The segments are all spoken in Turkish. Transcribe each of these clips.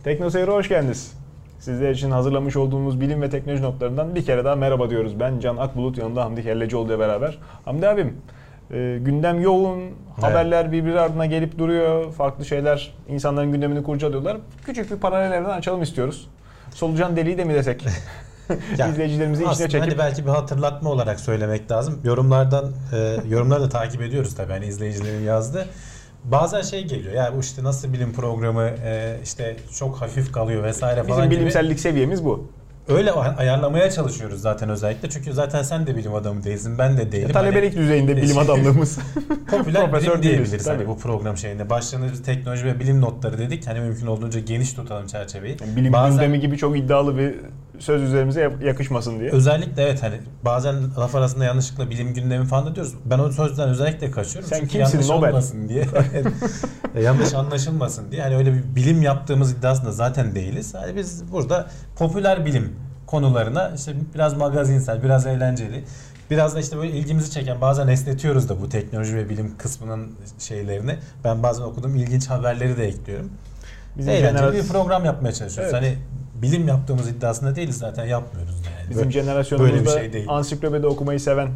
Tekno Seyir'e hoş geldiniz. Sizler için hazırlamış olduğumuz bilim ve teknoloji notlarından bir kere daha merhaba diyoruz. Ben Can Akbulut, yanında Hamdi Kellecioğlu ile beraber. Hamdi abim, gündem yoğun, haberler birbiri ardına gelip duruyor, farklı şeyler insanların gündemini kurcalıyorlar. Küçük bir paralel evren açalım istiyoruz. Solucan deliği de mi desek? İzleyicilerimizi içine çekip. Hani belki bir hatırlatma olarak söylemek lazım. Yorumları da takip ediyoruz tabii, hani izleyicilerin yazdığı. Bazen şey geliyor ya, bu işte nasıl bilim programı işte çok hafif kalıyor vesaire falan Bizim gibi. bilimsellik seviyemiz bu. Öyle ayarlamaya çalışıyoruz zaten özellikle. Çünkü zaten sen de bilim adamı değilsin, ben de değilim. Talebelik düzeyinde bilim adamlığımız. Popüler Profesör bilim diyebiliriz değiliz, hani bu program şeyinde. Başlığını teknoloji ve bilim notları dedik. Hani mümkün olduğunca geniş tutalım çerçeveyi. Yani bilim gündemi gibi çok iddialı bir söz üzerimize yakışmasın diye. Özellikle evet, hani bazen laf arasında yanlışlıkla bilim gündemi falan da diyoruz. Ben o sözden özellikle kaçıyorum. Sen çünkü kimsin, yanlış Nobel? olmasın diye. Yanlış anlaşılmasın diye. Hani öyle bir bilim yaptığımız iddiasında zaten değiliz. Hani biz burada popüler bilim konularına işte biraz magazinsel, biraz eğlenceli, biraz da işte böyle ilgimizi çeken, bazen esnetiyoruz da bu teknoloji ve bilim kısmının şeylerini. Ben bazen okuduğum ilginç haberleri de ekliyorum. Bizim eğlenceli bir program yapmaya çalışıyoruz. Evet. Hani bilim yaptığımız iddiasında değiliz, zaten yapmıyoruz yani. Bizim jenerasyonumuzda böyle bir şey değil. Ansiklopedi okumayı seven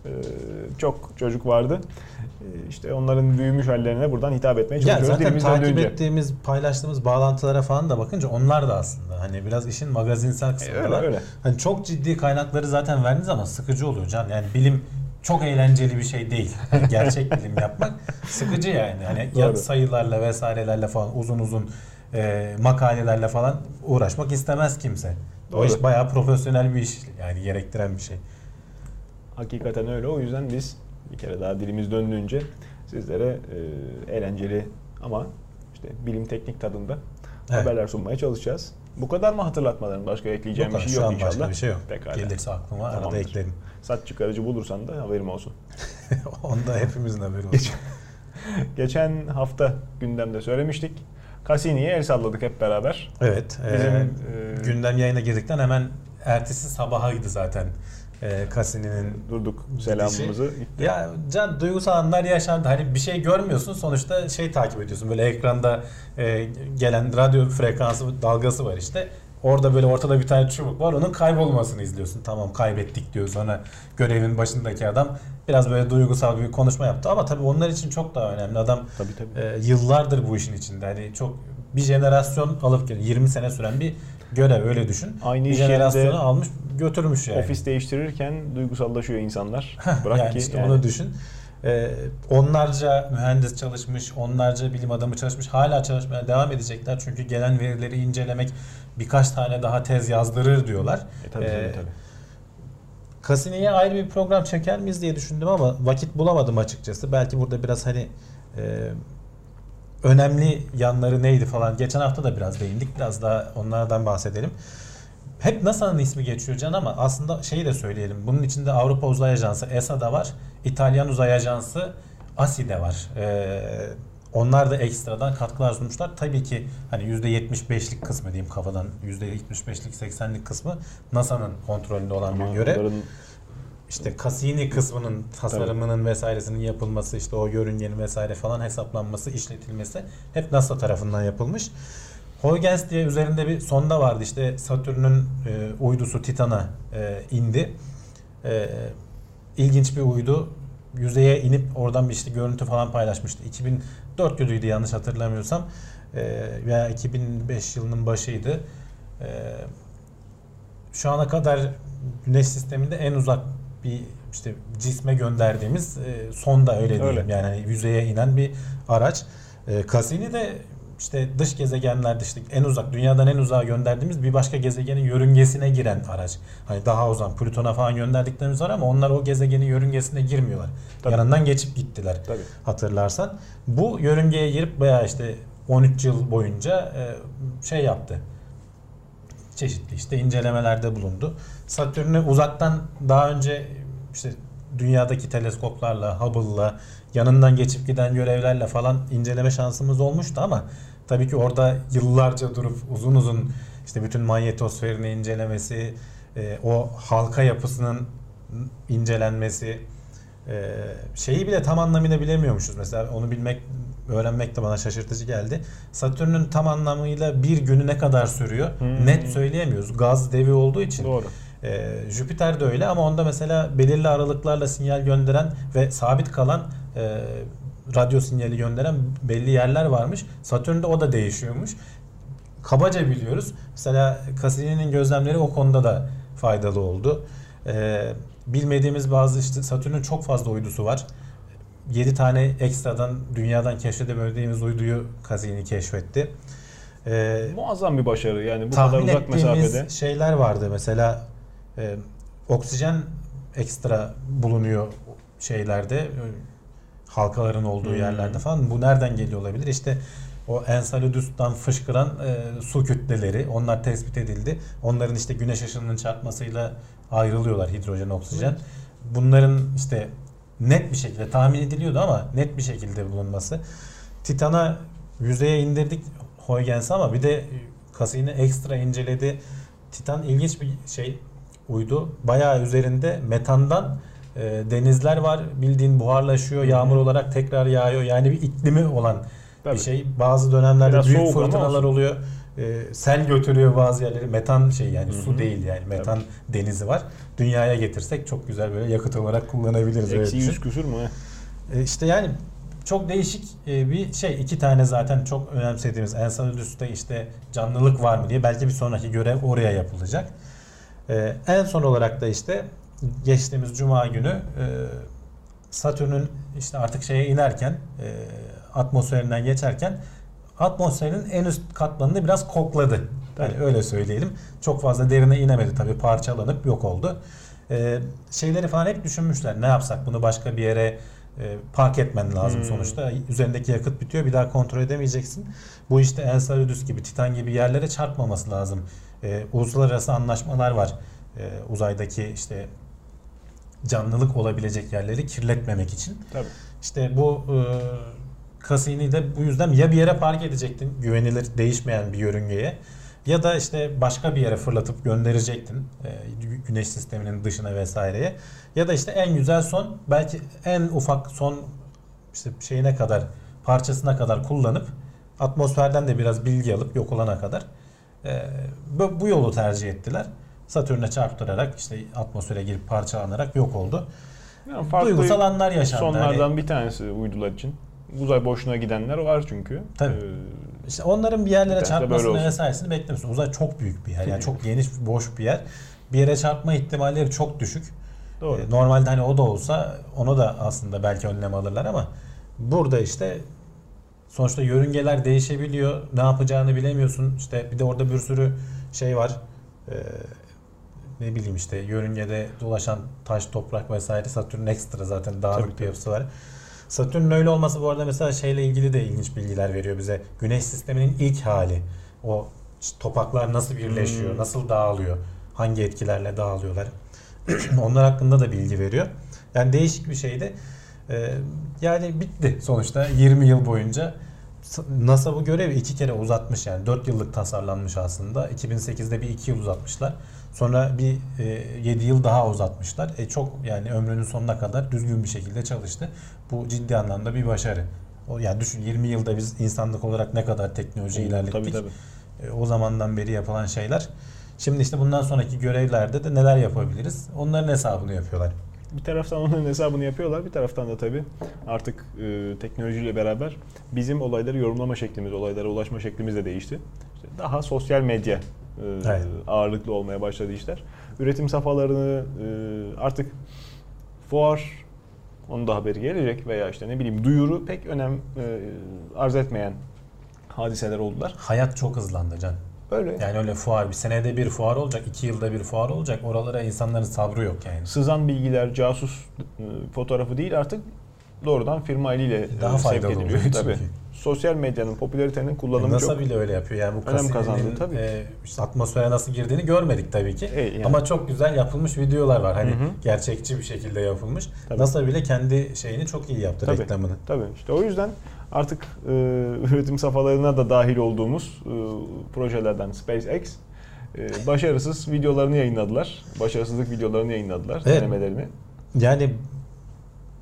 çok çocuk vardı. İşte onların büyümüş hallerine buradan hitap etmeye çalışıyoruz. Ya zaten takip ettiğimiz, paylaştığımız bağlantılara falan da bakınca onlar da aslında hani biraz işin magazinsel kısmı öyle. Hani çok ciddi kaynakları zaten verdiğiniz zaman sıkıcı oluyor Can. Yani bilim çok eğlenceli bir şey değil. Yani gerçek bilim yapmak sıkıcı yani. Hani ya sayılarla vesairelerle falan uzun makalelerle falan uğraşmak istemez kimse. Doğru. O iş bayağı profesyonel bir iş yani, gerektiren bir şey. Hakikaten öyle. O yüzden biz bir kere daha dilimiz döndüğünce sizlere eğlenceli ama işte bilim teknik tadında haberler sunmaya çalışacağız. Bu kadar mı hatırlatmaların? Başka ekleyeceğim bir şey yok inşallah. Başka bir şey yok. Pekala. Gelirse aklıma arada eklerim. Saç çıkarıcı bulursan da haberim olsun. Onda hepimizin haberi olsun. Geçen hafta gündemde söylemiştik. Cassini'ye el salladık hep beraber. Evet. Gündem yayına girdikten hemen ertesi sabahaydı zaten. Cassini'nin durduk selamımızı gitti. Ya Can, duygusal anlar yaşandı. Hani bir şey görmüyorsun, sonuçta şey takip ediyorsun. Böyle ekranda gelen radyo frekansı dalgası var işte. Orada böyle ortada bir tane çubuk var. Onun kaybolmasını izliyorsun. Tamam, kaybettik diyor. Sonra görevin başındaki adam biraz böyle duygusal bir konuşma yaptı. Ama tabii onlar için çok daha önemli. Adam tabii. Yıllardır bu işin içinde. Hani çok bir jenerasyon alıp geliyor. 20 sene süren bir görev, öyle düşün. Aynı bir jenerasyonu almış götürmüş yani. Ofis değiştirirken duygusallaşıyor insanlar. Bırak yani ki işte yani. Onu düşün. Onlarca mühendis çalışmış, onlarca bilim adamı çalışmış, hala çalışmaya devam edecekler. Çünkü gelen verileri incelemek birkaç tane daha tez yazdırır diyorlar. Tabii. Cassini'ye ayrı bir program çeker miyiz diye düşündüm ama vakit bulamadım açıkçası. Belki burada biraz hani önemli yanları neydi falan. Geçen hafta da biraz değindik. Biraz daha onlardan bahsedelim. Hep NASA'nın ismi geçiyor Can, ama aslında şeyi de söyleyelim. Bunun içinde Avrupa Uzay Ajansı ESA da var. İtalyan Uzay Ajansı ASI de var. Onlar da ekstradan katkılar sunmuşlar. Tabii ki hani %75'lik kısmı diyeyim kafadan, %75'lik 80'lik kısmı NASA'nın kontrolünde olan bir görev. İşte Cassini kısmının tasarımının vesairesinin yapılması, işte o yörüngenin vesaire falan hesaplanması, işletilmesi hep NASA tarafından yapılmış. Huygens diye üzerinde bir sonda vardı, işte Satürn'ün uydusu Titan'a indi. İlginç bir uydu. Yüzeye inip oradan bir işte görüntü falan paylaşmıştı. 2004 yılıydı yanlış hatırlamıyorsam. Veya 2005 yılının başıydı. Şu ana kadar Güneş sisteminde en uzak bir işte cisme gönderdiğimiz sonda, öyle diyelim. Yani hani yüzeye inen bir araç. Cassini de işte dış gezegenlerde işte en uzak, dünyadan en uzağa gönderdiğimiz bir başka gezegenin yörüngesine giren araç. Hani daha uzak Plüton'a falan gönderdiklerimiz var ama onlar o gezegenin yörüngesine girmiyorlar. Tabii. Yanından geçip gittiler. Tabii. Hatırlarsan. Bu yörüngeye girip bayağı işte 13 yıl boyunca şey yaptı. Çeşitli işte incelemelerde bulundu. Satürn'ü uzaktan daha önce işte dünyadaki teleskoplarla, Hubble'la, yanından geçip giden görevlerle falan inceleme şansımız olmuştu ama tabii ki orada yıllarca durup uzun işte bütün manyetosferini incelemesi, o halka yapısının incelenmesi, Şeyi bile tam anlamıyla bilemiyormuşuz. Mesela onu öğrenmek de bana şaşırtıcı geldi. Satürn'ün tam anlamıyla bir günü ne kadar sürüyor? Net söyleyemiyoruz. Gaz devi olduğu için. Doğru. Jüpiter de öyle ama onda mesela belirli aralıklarla sinyal gönderen ve sabit kalan radyo sinyali gönderen belli yerler varmış. Satürn'de o da değişiyormuş. Kabaca biliyoruz. Mesela Cassini'nin gözlemleri o konuda da faydalı oldu. Bilmediğimiz bazı işte Satürn'ün çok fazla uydusu var. 7 tane ekstradan dünyadan keşfedemediğimiz uyduyu Cassini keşfetti. Muazzam bir başarı yani bu Tahmin kadar uzak mesafede. Şeyler vardı mesela oksijen ekstra bulunuyor şeylerde halkaların olduğu yerlerde falan. Bu nereden geliyor olabilir? İşte o Enceladus'tan fışkıran su kütleleri onlar tespit edildi. Onların işte güneş ışınının çarpmasıyla ayrılıyorlar hidrojen, oksijen. Bunların işte net bir şekilde tahmin ediliyordu ama net bir şekilde bulunması. Titan'a yüzeye indirdik Huygens ama bir de Cassini ekstra inceledi. Titan ilginç bir uydu. Bayağı üzerinde metandan denizler var. Bildiğin buharlaşıyor. Yağmur olarak tekrar yağıyor. Yani bir iklimi olan bir şey. Bazı dönemlerde biraz büyük fırtınalar oluyor. Sel götürüyor bazı yerleri. Metan yani su değil yani. Metan denizi var. Dünyaya getirsek çok güzel böyle yakıt olarak kullanabiliriz. Eksi 100 küsür mü? İşte yani çok değişik bir şey. 2 tane zaten çok önemsediğimiz Enceladus'ta işte canlılık var mı diye belki bir sonraki görev oraya yapılacak. En son olarak da işte geçtiğimiz Cuma günü Satürn'ün işte artık şeye inerken atmosferinden geçerken atmosferin en üst katmanını biraz kokladı. Yani öyle söyleyelim. Çok fazla derine inemedi tabii, parçalanıp yok oldu. Şeyleri falan hep düşünmüşler. Ne yapsak, bunu başka bir yere park etmen lazım sonuçta. Üzerindeki yakıt bitiyor, bir daha kontrol edemeyeceksin. Bu işte Enceladus gibi, Titan gibi yerlere çarpmaması lazım. Uluslararası anlaşmalar var. Uzaydaki işte canlılık olabilecek yerleri kirletmemek için. Tabii. İşte bu Cassini de bu yüzden ya bir yere park edecektin güvenilir değişmeyen bir yörüngeye ya da işte başka bir yere fırlatıp gönderecektin güneş sisteminin dışına vesaireye, ya da işte en güzel son, belki en ufak son işte şeyine kadar, parçasına kadar kullanıp atmosferden de biraz bilgi alıp yok olana kadar bu yolu tercih ettiler. Satürn'e çarptırarak işte atmosfere girip parçalanarak yok oldu. Yani farklı duygusal anlar yaşandı. Sonlardan bir tanesi uydular için. Uzay boşluğuna gidenler var çünkü. Tabii. İşte onların bir yerlere çarpmasını vesairesini beklemiyorsun. Uzay çok büyük bir yer. Yani çok geniş, boş bir yer. Bir yere çarpma ihtimalleri çok düşük. Doğru. Normalde hani o da olsa onu da aslında belki önlem alırlar ama burada işte sonuçta yörüngeler değişebiliyor. Ne yapacağını bilemiyorsun. İşte bir de orada bir sürü şey var. Ne bileyim işte yörüngede dolaşan taş, toprak vesaire. Satürn ekstra zaten dağınık bir yapısı var. Satürn'ün öyle olması bu arada mesela şeyle ilgili de ilginç bilgiler veriyor bize. Güneş sisteminin ilk hali. O topaklar nasıl birleşiyor, nasıl dağılıyor, hangi etkilerle dağılıyorlar. Onlar hakkında da bilgi veriyor. Yani değişik bir şeydi. Yani bitti sonuçta 20 yıl boyunca. NASA bu görevi 2 kere uzatmış, yani 4 yıllık tasarlanmış aslında. 2008'de bir 2 yıl uzatmışlar. Sonra bir 7 yıl daha uzatmışlar. Çok yani ömrünün sonuna kadar düzgün bir şekilde çalıştı. Bu ciddi anlamda bir başarı. Yani düşün, 20 yılda biz insanlık olarak ne kadar teknoloji ilerlettik. Tabii. O zamandan beri yapılan şeyler. Şimdi işte bundan sonraki görevlerde de neler yapabiliriz? Onların hesabını yapıyorlar. Bir taraftan onların hesabını yapıyorlar. Bir taraftan da tabii artık teknolojiyle beraber bizim olayları yorumlama şeklimiz, olaylara ulaşma şeklimiz de değişti. İşte daha sosyal medya ağırlıklı olmaya başladı işler. Üretim safhalarını artık fuar, onun da haberi gelecek veya işte ne bileyim duyuru pek önem arz etmeyen hadiseler oldular. Hayat çok hızlandı Can. Öyle. Yani öyle fuar, bir senede bir fuar olacak, 2 yılda bir fuar olacak. Oralara insanların sabrı yok yani. Sızan bilgiler, casus fotoğrafı değil, artık doğrudan firma eliyle daha sevk ediliyor. Tabii. Sosyal medyanın popülaritenin kullanımı NASA çok bile öyle yapıyor. Yani bu önem kazandı tabii. İşte atmosfere nasıl girdiğini görmedik tabii ki. Yani. Ama çok güzel yapılmış videolar var. Hani gerçekçi bir şekilde yapılmış. Tabii. NASA bile kendi şeyini çok iyi yaptı, reklamını. Tabii. İşte o yüzden artık üretim safhalarına da dahil olduğumuz projelerden SpaceX başarısız videolarını yayınladılar. Başarısızlık videolarını yayınladılar, denemelerini. Yani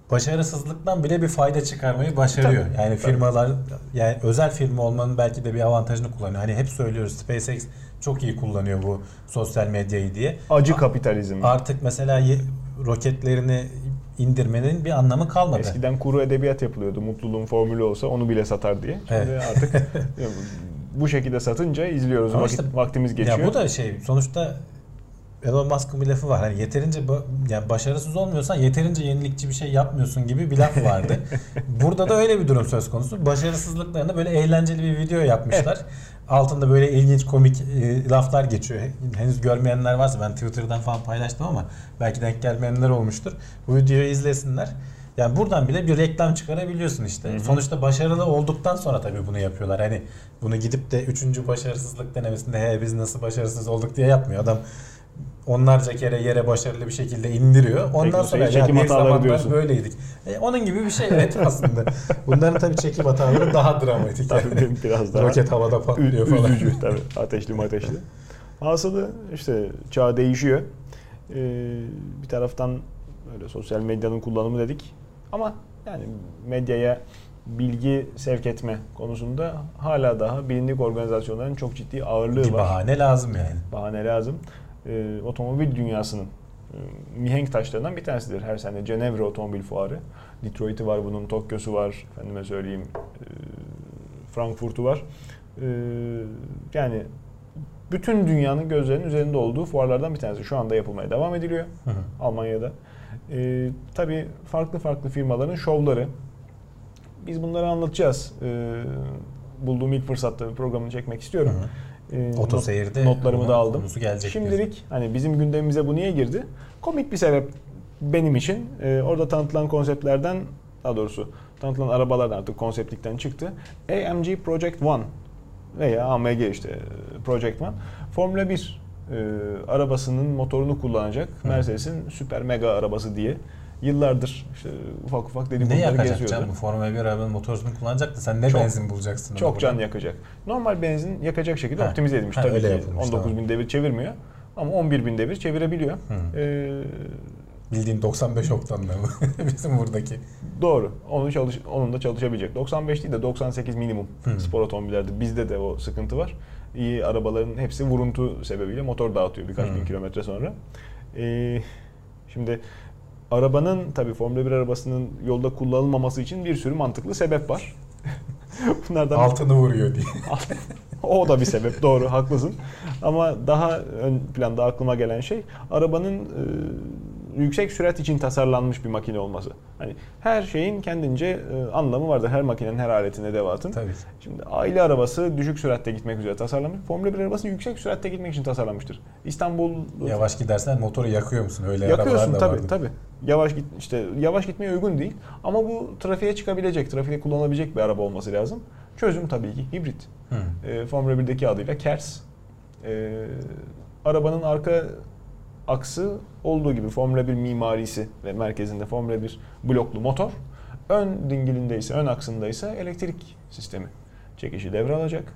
başarısızlıktan bile bir fayda çıkarmayı başarıyor. Tabii, Yani firmalar, yani özel firma olmanın belki de bir avantajını kullanıyor. Hani hep söylüyoruz, SpaceX çok iyi kullanıyor bu sosyal medyayı diye. Acı kapitalizm. Artık mesela roketlerini indirmenin bir anlamı kalmadı. Eskiden kuru edebiyat yapılıyordu. Mutluluğun formülü olsa onu bile satar diye. Şimdi Evet. artık bu şekilde satınca izliyoruz. Vaktimiz geçiyor. Ya bu da sonuçta Elon Musk'ın bir lafı var. Hani yeterince yani başarısız olmuyorsan yeterince yenilikçi bir şey yapmıyorsun gibi bir laf vardı. Burada da öyle bir durum söz konusu. Başarısızlıklarında böyle eğlenceli bir video yapmışlar. Altında böyle ilginç komik laflar geçiyor. Henüz görmeyenler varsa ben Twitter'dan falan paylaştım ama belki denk gelmeyenler olmuştur. Bu videoyu izlesinler. Yani buradan bile bir reklam çıkarabiliyorsun işte. Hı-hı. Sonuçta başarılı olduktan sonra tabii bunu yapıyorlar. Hani bunu gidip de 3. başarısızlık denemesinde biz nasıl başarısız olduk diye yapmıyor. Adam onlarca kere yere başarılı bir şekilde indiriyor. Ondan sonra çekim hataları diyorsun. Böyleydik. Onun gibi bir şey evet aslında. Bunların tabii çekim hataları daha dramatik. Yani. Biraz daha roket havada patlıyor falan. Üzücü tabii. Ateşli. Hasılı işte çağ değişiyor. Bir taraftan böyle sosyal medyanın kullanımı dedik. Ama yani medyaya bilgi sevk etme konusunda hala daha bilindik organizasyonların çok ciddi ağırlığı var. Bahane lazım yani. Bahane lazım. Otomobil dünyasının mihenk taşlarından bir tanesidir. Her sene Cenevre Otomobil Fuarı. Detroit'i var bunun, Tokyo'su var, efendime söyleyeyim Frankfurt'u var. Yani bütün dünyanın gözlerinin üzerinde olduğu fuarlardan bir tanesi. Şu anda yapılmaya devam ediliyor Almanya'da. Tabii farklı firmaların şovları. Biz bunları anlatacağız. Bulduğum ilk fırsatta programını çekmek istiyorum. Otoseyir'de notlarımı da aldım. Şimdilik hani bizim gündemimize bu niye girdi? Komik bir sebep benim için. Orada tanıtılan konseptlerden, daha doğrusu tanıtılan arabalardan artık konseptlikten çıktı. AMG Project One veya AMG işte Project One. Formula 1 arabasının motorunu kullanacak Mercedes'in süper mega arabası diye yıllardır işte ufak dedikoduları geziyordu. Ne yakacak canım? Bu Formula 1 arabanın motorunu kullanacak da sen ne benzin bulacaksın? Çok can yakacak. Normal benzin yakacak şekilde optimize edilmiş. Tabii ki 19.000 devir çevirmiyor ama 11.000 devir çevirebiliyor. Bildiğin 95 oktanlı mı? Bizim buradaki. Doğru. Onun da çalışabilecek. 95 değil de 98 minimum spor otomobillerde. Bizde de o sıkıntı var. İyi arabaların hepsi vuruntu sebebiyle motor dağıtıyor birkaç bin kilometre sonra. Şimdi arabanın tabii Formula 1 arabasının yolda kullanılmaması için bir sürü mantıklı sebep var. Bunlardan altını vuruyor diye. O da bir sebep. Doğru, haklısın. Ama daha ön planda aklıma gelen şey arabanın yüksek sürat için tasarlanmış bir makine olması. Hani her şeyin kendince anlamı vardır. Her makinenin, her aletin, edevatın. Tabii. Şimdi aile arabası düşük süratte gitmek üzere tasarlanmış. Formula 1 arabası yüksek süratte gitmek için tasarlanmıştır. İstanbul yavaş gidersen motoru yakıyor musun? Öyle yakıyorsun arabalar da vardı. Tabii. Yavaş gitmeye uygun değil. Ama bu trafiğe çıkabilecek, trafikte kullanılabilecek bir araba olması lazım. Çözüm tabii ki hibrit. Formula 1'deki adıyla KERS. Arabanın arka aksı olduğu gibi Formula 1 mimarisi ve merkezinde Formula 1 bloklu motor. Ön dingilinde ise, ön aksında ise elektrik sistemi çekişi devralacak.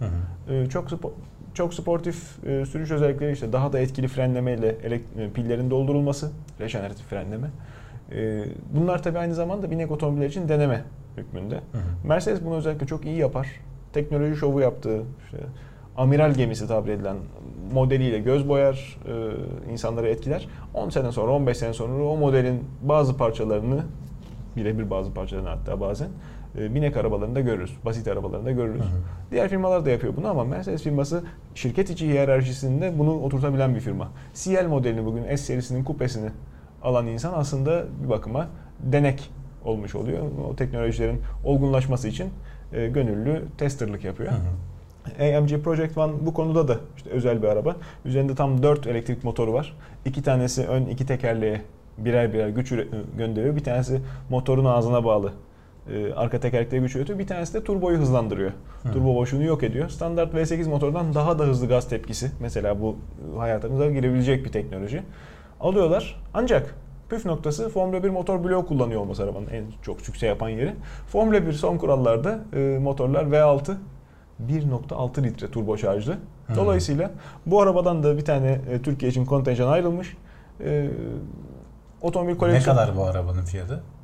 Çok sportif sürüş özellikleri, işte daha da etkili frenlemeyle pillerin doldurulması, rejeneratif frenleme. Bunlar tabii aynı zamanda binek otomobiller için deneme hükmünde. Mercedes bunu özellikle çok iyi yapar. Teknoloji şovu yaptığı, işte amiral gemisi tabir edilen modeliyle göz boyar, insanları etkiler. 10 sene sonra, 15 sene sonra o modelin bazı parçalarını, birebir bazı parçalarını hatta bazen binek arabalarında görürüz, basit arabalarında görürüz. Diğer firmalar da yapıyor bunu ama Mercedes firması şirket içi hiyerarşisinde bunu oturtabilen bir firma. CL modelini, bugün S serisinin kupesini alan insan aslında bir bakıma denek olmuş oluyor. O teknolojilerin olgunlaşması için gönüllü testerlık yapıyor. AMG Project One bu konuda da işte özel bir araba. Üzerinde tam 4 elektrik motoru var. 2 tanesi ön 2 tekerleğe birer güç gönderiyor. Bir tanesi motorun ağzına bağlı. Arka tekerlekte güç üretiyor. Bir tanesi de turboyu hızlandırıyor. Turbo boşluğunu yok ediyor. Standart V8 motordan daha da hızlı gaz tepkisi. Mesela bu hayatımıza girebilecek bir teknoloji. Alıyorlar. Ancak püf noktası Formula 1 motor bloğu kullanıyor olması arabanın en çok sükse yapan yeri. Formula 1 son kurallarda motorlar V6 1.6 litre turbo şarjlı. Dolayısıyla bu arabadan da bir tane Türkiye için kontenjan ayrılmış. Otomobil koleksiyonu. Ne kadar bu arabanın fiyatı?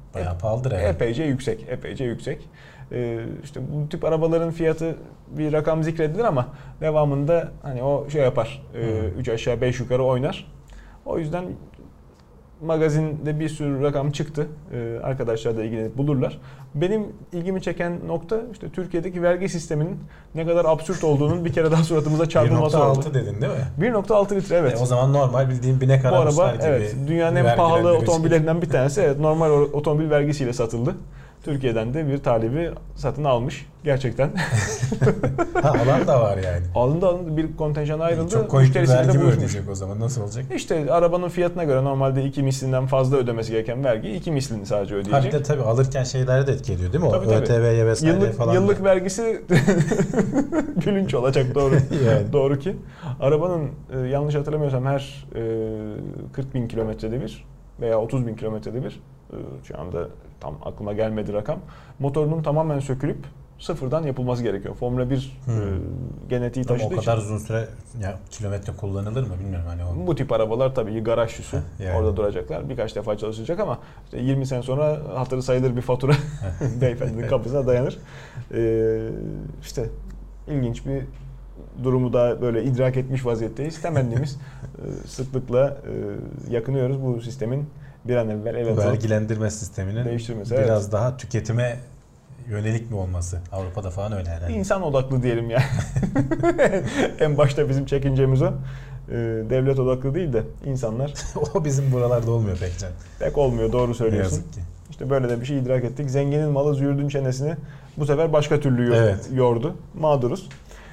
Bayağı pahalıdır herhalde. Epeyce yüksek, epeyce yüksek. İşte bu tip arabaların fiyatı bir rakam zikredilir ama devamında hani o şey yapar, 3 aşağı 5 yukarı oynar. O yüzden magazinde bir sürü rakam çıktı. Arkadaşlar da ilgilenip bulurlar. Benim ilgimi çeken nokta işte Türkiye'deki vergi sisteminin ne kadar absürt olduğunun bir kere daha suratımıza çarpılması oldu. 1.6 dedin değil mi? 1.6 litre evet. O zaman normal bildiğin binek Bu araçlar araba gibi. evet dünyanın en pahalı otomobillerinden bir tanesi. Evet, normal otomobil vergisiyle satıldı. Türkiye'den de bir talibi satın almış gerçekten. Alan da var yani. Alındı bir kontenjan ayrıldı. Çok komik bir vergi mi ödeyecek o zaman? Nasıl olacak? İşte arabanın fiyatına göre normalde 2 mislinden fazla ödemesi gereken vergi 2 mislini sadece ödeyecek. Bir de tabii alırken şeylere de etki ediyor değil mi? O tabii. ÖTV'ye vesaire falan. Yıllık vergisi gülünç olacak doğru. Yani. Doğru ki. Arabanın yanlış hatırlamıyorsam her 40 bin kilometrede bir veya 30 bin kilometrede bir şu anda tam aklıma gelmedi rakam. Motorunun tamamen sökülüp sıfırdan yapılması gerekiyor. Formula 1 genetiği taşıdığı için. O kadar uzun süre kilometre kullanılır mı bilmiyorum. Hani o. Bu tip arabalar tabii garaj süsü. Yani. Orada duracaklar. Birkaç defa çalışacak ama işte 20 sene sonra hatırı sayılır bir fatura beyefendinin kapısına dayanır. İşte ilginç bir durumu da böyle idrak etmiş vaziyetteyiz. Temennimiz sıklıkla yakınıyoruz bu sistemin bir an evvel vergilendirme sisteminin değiştirmesi. Biraz daha tüketime yönelik mi olması? Avrupa'da falan öyle herhalde. İnsan odaklı diyelim yani. En başta bizim çekincemiz o. Devlet odaklı değil de insanlar. O bizim buralarda olmuyor pek can. Pek olmuyor, doğru söylüyorsun. Ne yazık ki. İşte böyle de bir şey idrak ettik. Zenginin malı züğürdün çenesini bu sefer başka türlü yordu. Mağduruz.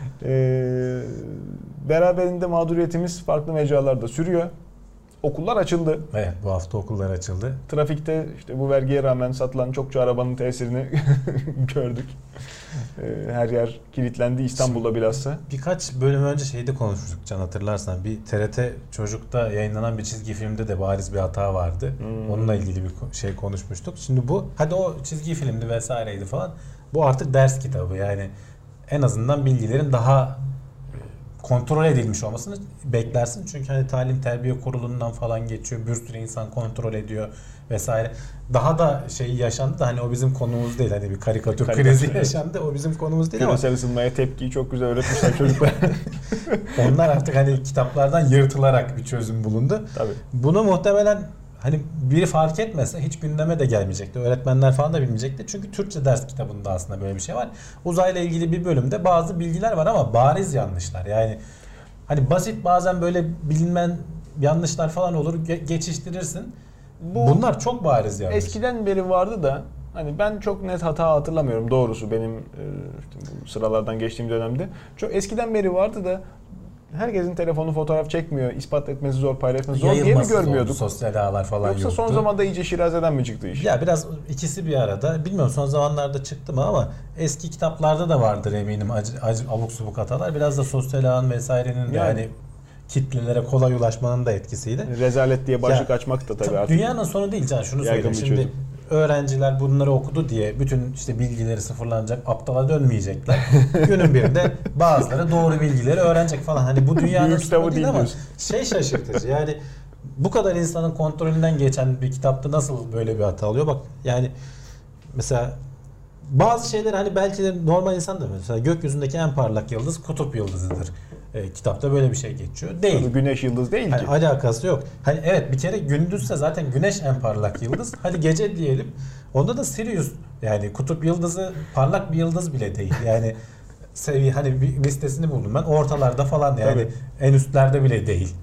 Beraberinde mağduriyetimiz farklı mecralarda sürüyor. Okullar açıldı. Evet, bu hafta okullar açıldı. Trafikte işte bu vergiye rağmen satılan çokça arabanın tesirini gördük. Her yer kilitlendi İstanbul'da bilhassa. Birkaç bölüm önce şeyde konuşmuştuk Can, hatırlarsan. Bir TRT Çocuk'ta yayınlanan bir çizgi filmde de bariz bir hata vardı. Onunla ilgili bir şey konuşmuştuk. Şimdi bu, hadi o çizgi filmdi vesaireydi falan. Bu artık ders kitabı yani. En azından bilgilerin daha kontrol edilmiş olmasını beklersin. Çünkü hani talim terbiye kurulundan falan geçiyor. Bir sürü insan kontrol ediyor vesaire. Daha da şey yaşandı da hani o bizim konumuz değil. Hani bir karikatür krizi yaşandı. O bizim konumuz değil ama. Küresel ısınmaya tepkiyi çok güzel öğretmişler çocuklar. Onlar artık hani kitaplardan yırtılarak bir çözüm bulundu. Tabii. Bunu muhtemelen hani biri fark etmese hiç gündeme de gelmeyecekti. Öğretmenler falan da bilmeyecekti. Çünkü Türkçe ders kitabında aslında böyle bir şey var. Uzayla ilgili bir bölümde bazı bilgiler var ama bariz yanlışlar. Yani hani basit bazen böyle bilinmeyen yanlışlar falan olur. Geçiştirirsin. Bunlar çok bariz yanlış. Eskiden beri vardı da hani ben çok net hata hatırlamıyorum doğrusu benim işte bu sıralardan geçtiğim dönemde. Çok eskiden beri vardı da herkesin telefonu fotoğraf çekmiyor, ispat etmesi zor, paylaşması zor diye mi görmüyorduk? Oldu, sosyal ağlar falan yoksa yoktu. Son zamanda iyice şirazeden mi çıktı iş? Ya biraz ikisi bir arada. Bilmiyorum son zamanlarda çıktı mı ama eski kitaplarda da vardır eminim abuk subuk hatalar. Biraz da sosyal ağın vesairenin de hani kitlelere kolay ulaşmanın da etkisiyle. Rezalet diye başlık açmak da tabii artık. Dünyanın sonu değil Can, şunu söyleyeyim. Şimdi öğrenciler bunları okudu diye bütün işte bilgileri sıfırlanacak, aptala dönmeyecekler. Günün birinde bazıları doğru bilgileri öğrenecek falan. Hani bu dünyanın sonu değil ama şey şaşırtıcı. Yani bu kadar insanın kontrolünden geçen bir kitapta nasıl böyle bir hata oluyor? Bak yani mesela bazı şeyler hani belki de normal insan da mesela gökyüzündeki en parlak yıldız kutup yıldızıdır. Kitapta böyle bir şey geçiyor. Değil. Tabii güneş yıldız değil hani ki. Alakası yok. Hani evet bir kere gündüzse zaten güneş en parlak yıldız. Hadi gece diyelim. Onda da Sirius yani kutup yıldızı parlak bir yıldız bile değil. Yani hani bir listesini buldum ben. Ortalarda falan yani Tabii. en üstlerde bile değil.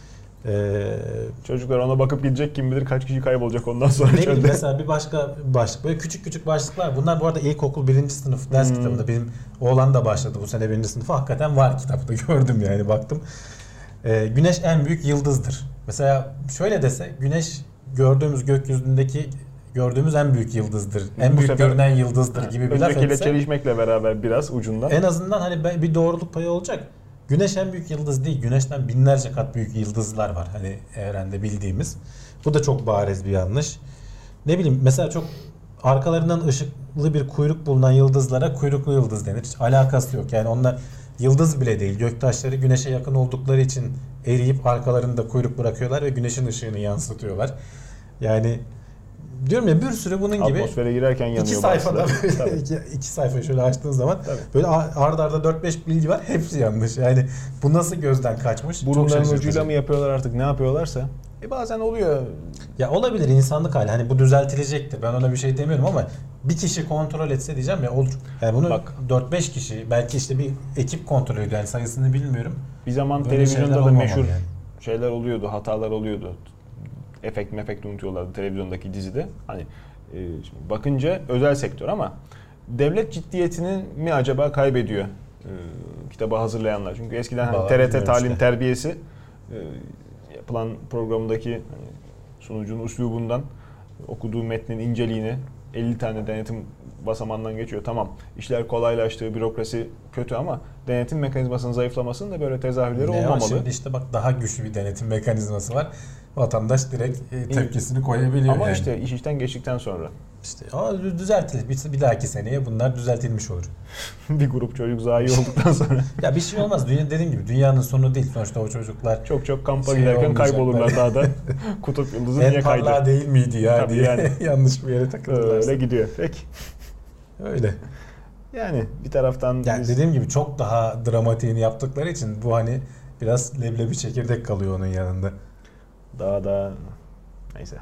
Çocuklar ona bakıp gidecek, kim bilir kaç kişi kaybolacak ondan sonra. Ne bileyim mesela bir başka başlık böyle küçük küçük başlıklar. Bunlar bu arada ilkokul 1. sınıf ders kitabında. Benim oğlan da başladı bu sene 1. sınıfa. Hakikaten var kitapta, gördüm yani baktım. Güneş en büyük yıldızdır. Mesela şöyle dese güneş gördüğümüz gökyüzündeki gördüğümüz en büyük yıldızdır. En büyük görünen yıldızdır gibi bir laf etse. Öncekiyle çelişmekle beraber biraz ucundan. En azından hani bir doğruluk payı olacak. Güneş en büyük yıldız değil. Güneşten binlerce kat büyük yıldızlar var hani evrende bildiğimiz. Bu da çok bariz bir yanlış. Ne bileyim mesela çok arkalarından ışıklı bir kuyruk bulunan yıldızlara kuyruklu yıldız denir. Hiç alakası yok. Yani onlar yıldız bile değil. Göktaşları güneşe yakın oldukları için eriyip arkalarında kuyruk bırakıyorlar ve güneşin ışığını yansıtıyorlar. Yani diyorum ya bir sürü bunun gibi. Atmosfere girerken yanıyor. İki sayfada böyle iki sayfa şöyle açtığın zaman böyle arda arda 4-5 bilgi var. Hepsi yanlış. Yani bu nasıl gözden kaçmış? Burunların ucuyla mı yapıyorlar artık ne yapıyorlarsa. Bazen oluyor. Ya olabilir insanlık hali. Hani bu düzeltilecektir. Ben ona bir şey demiyorum ama bir kişi kontrol etse diyeceğim ya olur. Yani bunu bak 4-5 kişi belki işte bir ekip kontrol ediyor. Yani sayısını bilmiyorum. Bir zaman böyle televizyonda da meşhur yani şeyler oluyordu, hatalar oluyordu. Efekt unutuyorlardı televizyondaki dizide. Hani bakınca özel sektör ama devlet ciddiyetini mi acaba kaybediyor kitabı hazırlayanlar? Çünkü eskiden hani TRT talim terbiyesi yapılan programındaki hani sunucunun üslubundan okuduğu metnin inceliğini 50 tane denetim basamağından geçiyor. Tamam işler kolaylaştı, bürokrasi kötü ama denetim mekanizmasının zayıflamasının da böyle tezahürleri olmamalı. Şimdi işte bak daha güçlü bir denetim mekanizması var. Vatandaş direkt tepkisini koyabiliyor. Ama yani. işte iş işten geçtikten sonra. İşte düzeltilir. Bir dahaki seneye bunlar düzeltilmiş olur. Bir grup çocuk zayi olduktan sonra. Ya bir şey olmaz. Dediğim gibi dünyanın sonu değil. Sonuçta o çocuklar çok kampa giderken kaybolurlar daha da. Kutup yıldızı niye kaydı? En parlağı değil miydi ya diye yani. Yanlış bir yere takıldılar. Öyle gidiyor. Peki. Öyle. Yani bir taraftan... Yani dediğim gibi çok daha dramatiğini yaptıkları için bu hani biraz leblebi çekirdek kalıyor onun yanında. Daha da neyse.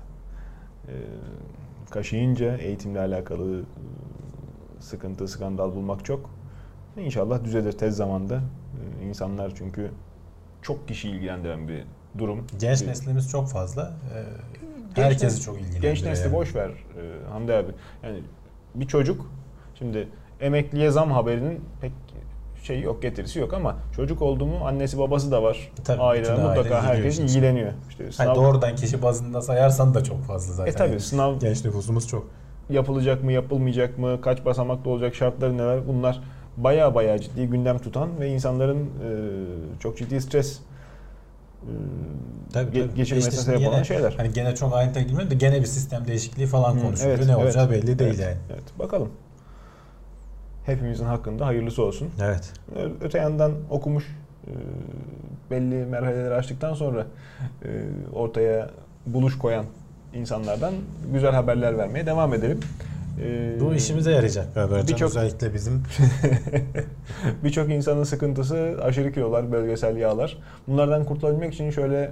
Kaşıyınca eğitimle alakalı sıkıntı, skandal bulmak çok. İnşallah düzelir tez zamanda. İnsanlar çünkü çok kişi ilgilendiren bir durum. Genç neslimiz çok fazla. Herkesi çok ilgilendiriyor. Genç nesli yani. Boş ver Hamdi abi. Yani bir çocuk şimdi emekliye zam haberinin pek şey yok, getirisi yok ama çocuk oldu mu annesi babası da var. Tabii, aile mutlaka herkes ilgileniyor. İşte sınav... doğrudan kişi bazında sayarsan da çok fazla zaten. Tabii yani sınav genç nüfusumuz çok. Yapılacak mı, yapılmayacak mı, kaç basamaklı olacak, şartları neler, bunlar bayağı ciddi gündem tutan ve insanların çok ciddi stres geçirmesine sebep olan şeyler. Hani gene çok ayrıntıya girmiyorum da gene bir sistem değişikliği falan konuşuluyor. Ne olacağı belli değil yani. Evet, bakalım. Hepimizin hakkında hayırlısı olsun. Evet. Öte yandan okumuş, belli merhaleleri açtıktan sonra ortaya buluş koyan insanlardan güzel haberler vermeye devam edelim. Bu işimize yarayacak. Özellikle bizim. Birçok insanın sıkıntısı aşırı kilolar, bölgesel yağlar. Bunlardan kurtulabilmek için şöyle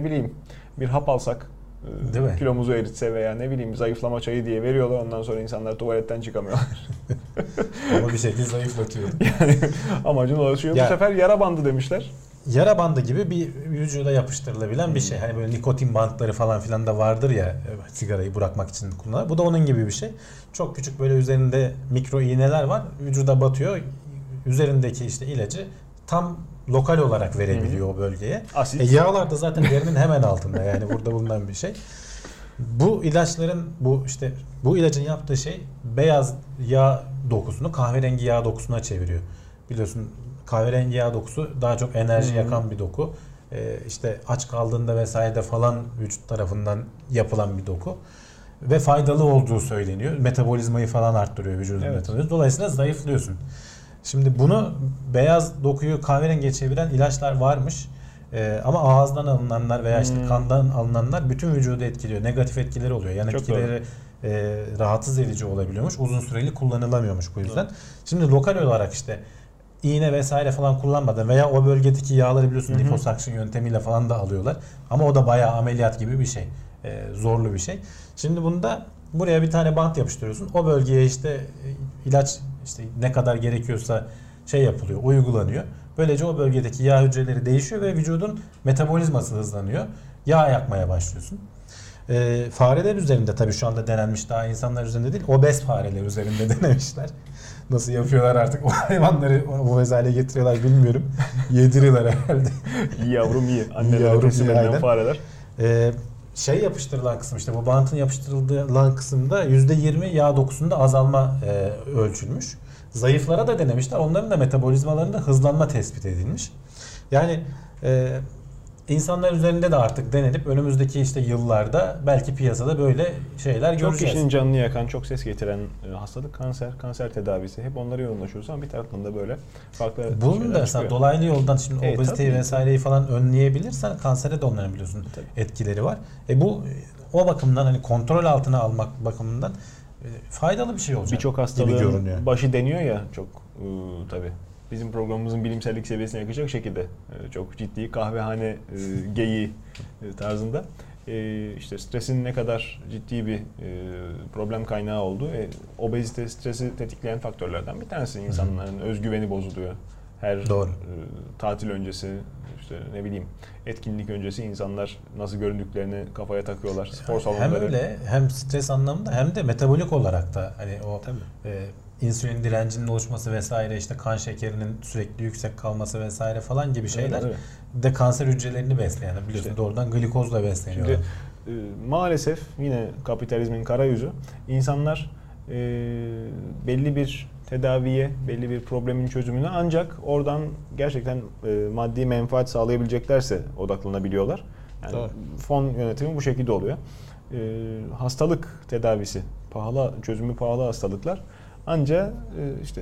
bir hap alsak, kilomuzu eritse veya zayıflama çayı diye veriyorlar. Ondan sonra insanlar tuvaletten çıkamıyorlar. Ama bir şekilde zayıflatıyor. Yani amacın ulaşıyor. Bu sefer yara bandı demişler. Yara bandı gibi bir vücuda yapıştırılabilen bir şey. Hani böyle nikotin bantları falan filan da vardır ya sigarayı bırakmak için kullanılır. Bu da onun gibi bir şey. Çok küçük böyle üzerinde mikro iğneler var. Vücuda batıyor. Üzerindeki işte ilacı tam lokal olarak verebiliyor o bölgeye. Yağlar da zaten derinin hemen altında. Yani burada bulunan bir şey. Bu ilaçların bu ilacın yaptığı şey beyaz yağ dokusunu kahverengi yağ dokusuna çeviriyor. Biliyorsun kahverengi yağ dokusu daha çok enerji yakan bir doku. İşte aç kaldığında vesaire de falan vücut tarafından yapılan bir doku. Ve faydalı olduğu söyleniyor. Metabolizmayı falan arttırıyor vücudun metabolizması. Dolayısıyla zayıflıyorsun. Şimdi bunu beyaz dokuyu kahverengiye çeviren ilaçlar varmış. Ama ağızdan alınanlar veya işte kandan alınanlar bütün vücudu etkiliyor. Negatif etkileri oluyor. Yani çok etkileri rahatsız edici olabiliyormuş. Uzun süreli kullanılamıyormuş bu yüzden. Evet. Şimdi lokal olarak işte iğne vesaire falan kullanmadan veya o bölgedeki yağları biliyorsun liposuction yöntemiyle falan da alıyorlar. Ama o da bayağı ameliyat gibi bir şey. Zorlu bir şey. Şimdi bunda buraya bir tane bant yapıştırıyorsun. O bölgeye işte ilaç işte ne kadar gerekiyorsa yapılıyor, uygulanıyor. Böylece o bölgedeki yağ hücreleri değişiyor ve vücudun metabolizması hızlanıyor. Yağ yakmaya başlıyorsun. Fareler üzerinde tabii şu anda denenmiş, daha insanlar üzerinde değil, obez fareler üzerinde denemişler. Nasıl yapıyorlar artık o hayvanları obez hale getiriyorlar bilmiyorum. Yediriyorlar herhalde. İyi yavrum iyi. Anneler teslim edilen fareler. Yapıştırılan kısım işte bu bantın yapıştırılan kısımda %20 yağ dokusunda azalma ölçülmüş. Zayıflara da denemişler. Onların da metabolizmalarında hızlanma tespit edilmiş. Yani insanlar üzerinde de artık denenip önümüzdeki işte yıllarda belki piyasada böyle şeyler göreceğiz. Çok kişinin canını yakan, çok ses getiren hastalık kanser tedavisi. Hep onlara yoğunlaşıyoruz ama bir taraftan da böyle farklı bunun da mesela dolaylı yoldan şimdi obeziteyi vesaireyi falan önleyebilirsen kansere de onların biliyorsun etkileri var. Bu o bakımdan hani kontrol altına almak bakımından faydalı bir şey olacak. Birçok hastalığın başı deniyor ya çok tabii. Bizim programımızın bilimsellik seviyesine yakacak şekilde çok ciddi kahvehane geyiği tarzında. İşte stresin ne kadar ciddi bir problem kaynağı olduğu, obezite stresi tetikleyen faktörlerden bir tanesi. İnsanların özgüveni bozuluyor. Her tatil öncesi, işte ne bileyim etkinlik öncesi insanlar nasıl göründüklerini kafaya takıyorlar. Spor salonları. Hem öyle hem stres anlamında hem de metabolik olarak da hani o insülin direncinin oluşması vesaire, işte kan şekerinin sürekli yüksek kalması vesaire falan gibi şeyler de kanser hücrelerini besleyen, biliyorsun işte, doğrudan glikozla besleniyorlar. Şimdi maalesef yine kapitalizmin kara yüzü, insanlar belli bir tedaviye, belli bir problemin çözümüne ancak oradan gerçekten maddi menfaat sağlayabileceklerse odaklanabiliyorlar. Yani fon yönetimi bu şekilde oluyor. Hastalık tedavisi, çözümü pahalı hastalıklar ancak işte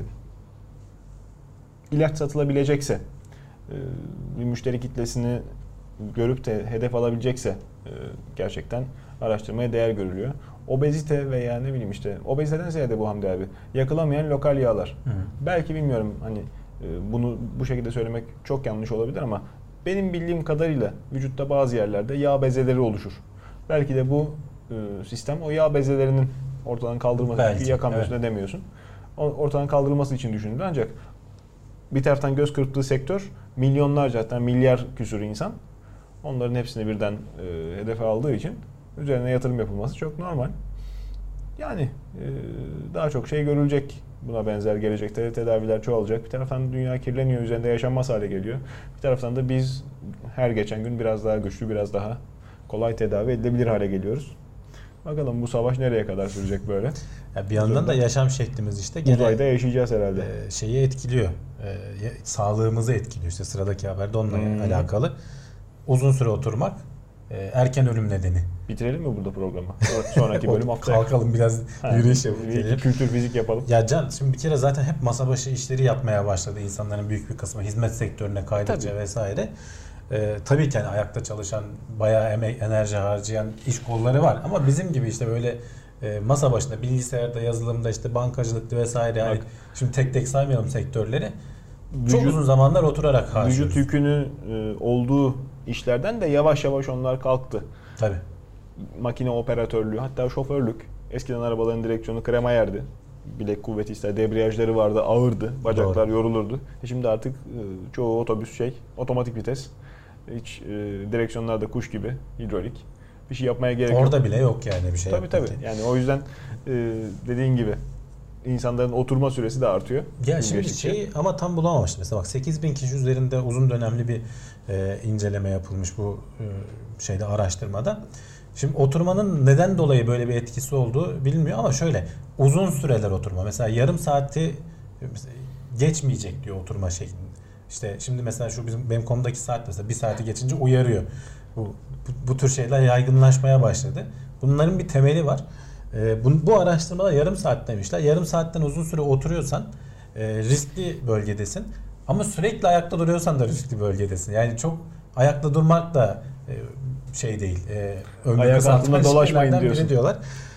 ilaç satılabilecekse, bir müşteri kitlesini görüp de hedef alabilecekse gerçekten araştırmaya değer görülüyor. Obezite veya ne bileyim işte obeziteden ziyade bu Hamdi abi yakılamayan lokal yağlar. Belki bilmiyorum hani bunu bu şekilde söylemek çok yanlış olabilir ama benim bildiğim kadarıyla vücutta bazı yerlerde yağ bezeleri oluşur. Belki de bu sistem o yağ bezelerinin ortadan kaldırılması, çünkü yakamıyorsun, edemiyorsun. Ortadan kaldırılması için düşünüldü ancak bir taraftan göz kırptığı sektör milyonlarca, hatta milyar küsur insan, onların hepsini birden hedefe aldığı için üzerine yatırım yapılması çok normal. Yani daha çok şey görülecek, buna benzer gelecekte tedaviler çoğalacak. Bir taraftan dünya kirleniyor, üzerinde yaşanmaz hale geliyor. Bir taraftan da biz her geçen gün biraz daha güçlü, biraz daha kolay tedavi edilebilir hale geliyoruz. Bakalım bu savaş nereye kadar sürecek böyle? Ya bir yandan da yaşam şeklimiz işte uzayda yaşayacağız herhalde. Şeyi etkiliyor. Sağlığımızı etkiliyor. İşte sıradaki haberde onunla alakalı. Uzun süre oturmak erken ölüm nedeni. Bitirelim mi burada programı? Sonraki bölüm haftaya. Kalkalım biraz yürüyüş yapalım. Kültür fizik yapalım. Ya Can, şimdi bir kere zaten hep masa başı işleri yapmaya başladı insanların büyük bir kısmı. Hizmet sektörüne kaydıkça vesaire. Tabii ki yani ayakta çalışan, bayağı emek, enerji harcayan iş kolları var. Ama bizim gibi işte böyle masa başında, bilgisayarda, yazılımda, işte bankacılıkta vesaire. Yani şimdi tek tek saymayalım sektörleri. Çok uzun zamanlar oturarak harcıyoruz. Vücut yükünü olduğu işlerden de yavaş yavaş onlar kalktı. Tabii. Makine operatörlüğü, hatta şoförlük. Eskiden arabaların direksiyonu krema yerdi. Bilek kuvveti ister, debriyajları vardı, ağırdı. Bacaklar yorulurdu. Şimdi artık çoğu otobüs otomatik vites. Hiç direksiyonlarda kuş gibi, hidrolik. Bir şey yapmaya gerek yok. Orada bile yok yani bir şey. Tabii. Yani o yüzden dediğin gibi insanların oturma süresi de artıyor. Ya şimdi ama tam bulamamıştım. Mesela bak 8.000 kişi üzerinde uzun dönemli bir inceleme yapılmış bu araştırmada. Şimdi oturmanın neden dolayı böyle bir etkisi olduğu bilinmiyor ama şöyle uzun süreler oturma. Mesela yarım saati geçmeyecek diyor oturma şeklinde. İşte şimdi mesela benim konumdaki saat mesela bir saati geçince uyarıyor. Bu tür şeyler yaygınlaşmaya başladı. Bunların bir temeli var. Bu araştırmada yarım saat demişler. Yarım saatten uzun süre oturuyorsan riskli bölgedesin. Ama sürekli ayakta duruyorsan da riskli bölgedesin. Yani çok ayakta durmak da değil. Ayak altında dolaşmayın diyorsun. Diyorlar.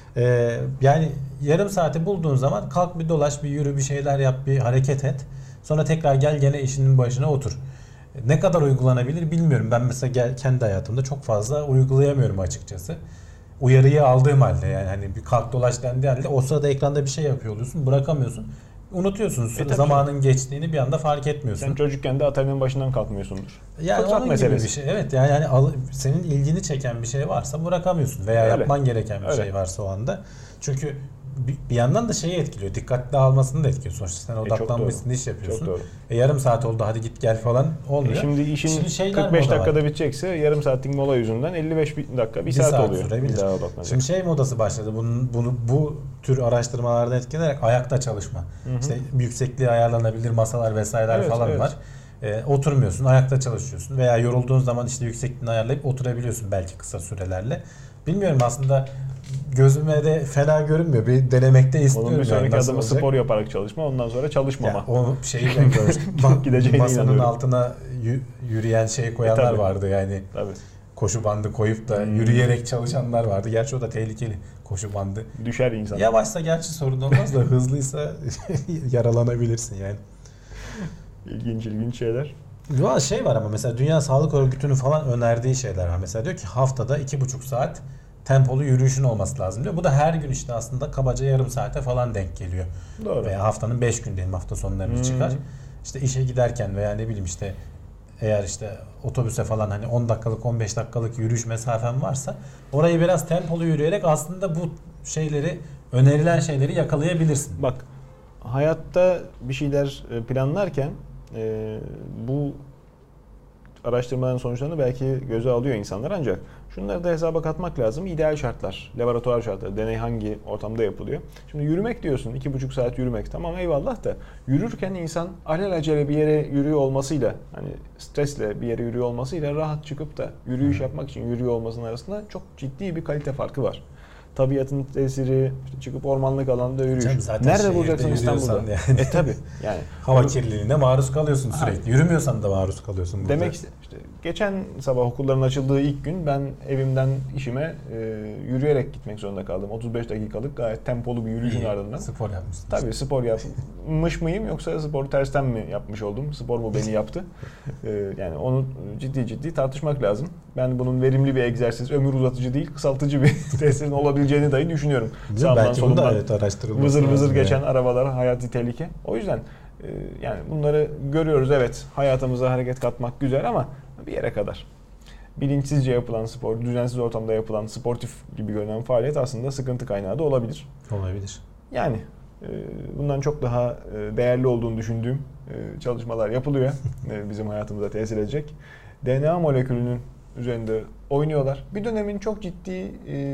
Yani yarım saati bulduğun zaman kalk bir dolaş, bir yürü, bir şeyler yap, bir hareket et. Sonra tekrar gel gene işinin başına otur. Ne kadar uygulanabilir bilmiyorum. Ben mesela kendi hayatımda çok fazla uygulayamıyorum açıkçası. Uyarıyı aldığım halde yani hani bir kalk dolaş dendiği halde o sırada ekranda bir şey yapıyor oluyorsun, bırakamıyorsun. Unutuyorsun. Zamanın geçtiğini bir anda fark etmiyorsun. Sen çocukken de Atari'nin başından kalkmıyorsundur. Yani onun gibi bir şey. Evet yani senin ilgini çeken bir şey varsa bırakamıyorsun veya yapman gereken bir şey varsa o anda. Çünkü bir yandan da şeyi etkiliyor. Dikkatli almasını da etkiliyor. Sonuçta sen odaklanmışsın, iş yapıyorsun. Yarım saat oldu hadi git gel falan olmuyor. Şimdi işin 45 dakikada bitecekse yarım saatlik mola yüzünden 55 dakika, bir saat oluyor. Sürebilir. Şimdi modası başladı. Bu tür araştırmalardan etkilenerek ayakta çalışma. İşte yüksekliği ayarlanabilir masalar vesaireler falan var. Oturmuyorsun, ayakta çalışıyorsun veya yorulduğun zaman işte yüksekliğini ayarlayıp oturabiliyorsun belki kısa sürelerle. Bilmiyorum aslında gözüme de fena görünmüyor. Bir denemekte istiyorum. Onun bir sonraki adımı spor yaparak çalışma, ondan sonra çalışmama. Ya, o şeyi ben gördüm. Masanın altına yürüyen koyanlar vardı yani. Tabii. koşu bandı koyup da yürüyerek çalışanlar vardı. Gerçi o da tehlikeli, koşu bandı. Düşer insan. Yavaşsa gerçi sorun olmaz da hızlıysa yaralanabilirsin yani. İlginç şeyler. Ya şey var ama mesela Dünya Sağlık Örgütü'nün falan önerdiği şeyler var. Mesela diyor ki haftada 2,5 saat tempolu yürüyüşün olması lazım diyor. Bu da her gün işte aslında kabaca yarım saate falan denk geliyor. Doğru. Veya haftanın 5 gün diyelim, hafta sonları çıkar. İşte işe giderken veya ne bileyim işte eğer işte otobüse falan hani 10 dakikalık 15 dakikalık yürüyüş mesafen varsa orayı biraz tempolu yürüyerek aslında bu şeyleri, önerilen şeyleri yakalayabilirsin. Bak, hayatta bir şeyler planlarken bu araştırmaların sonuçlarını belki göze alıyor insanlar, ancak şunları da hesaba katmak lazım. İdeal şartlar, laboratuvar şartları, deney hangi ortamda yapılıyor? Şimdi yürümek diyorsun, 2,5 saat yürümek, tamam eyvallah da yürürken insan alelacele bir yere yürüyor olmasıyla, hani stresle bir yere yürüyor olmasıyla rahat çıkıp da yürüyüş yapmak için yürüyor olmasının arasında çok ciddi bir kalite farkı var. Tabiatın tesiri, işte çıkıp ormanlık alanda yürüyüş. Nerede bulacaksın İstanbul'da? Yani. Tabii. Yani hava kirliliğine maruz kalıyorsun sürekli. Yürümüyorsan da maruz kalıyorsun burada. Demek işte geçen sabah okulların açıldığı ilk gün ben evimden işime yürüyerek gitmek zorunda kaldım. 35 dakikalık gayet tempolu bir yürüyüşün ardından. Spor yapmışsın. Tabii spor yapmış mıyım yoksa sporu tersten mi yapmış oldum? Spor mu beni yaptı? Yani onu ciddi tartışmak lazım. Ben bunun verimli bir egzersiz, ömür uzatıcı değil, kısaltıcı bir tesirin olabileceğini dahi düşünüyorum. Sağımdan solumdan vızır geçen arabalar hayati tehlike. O yüzden yani bunları görüyoruz, evet, hayatımıza hareket katmak güzel ama bir yere kadar. Bilinçsizce yapılan spor, düzensiz ortamda yapılan sportif gibi görünen faaliyet aslında sıkıntı kaynağı da olabilir. Olabilir. Yani bundan çok daha değerli olduğunu düşündüğüm çalışmalar yapılıyor. Bizim hayatımıza tesir edecek. DNA molekülünün üzerinde oynuyorlar. Bir dönemin çok ciddi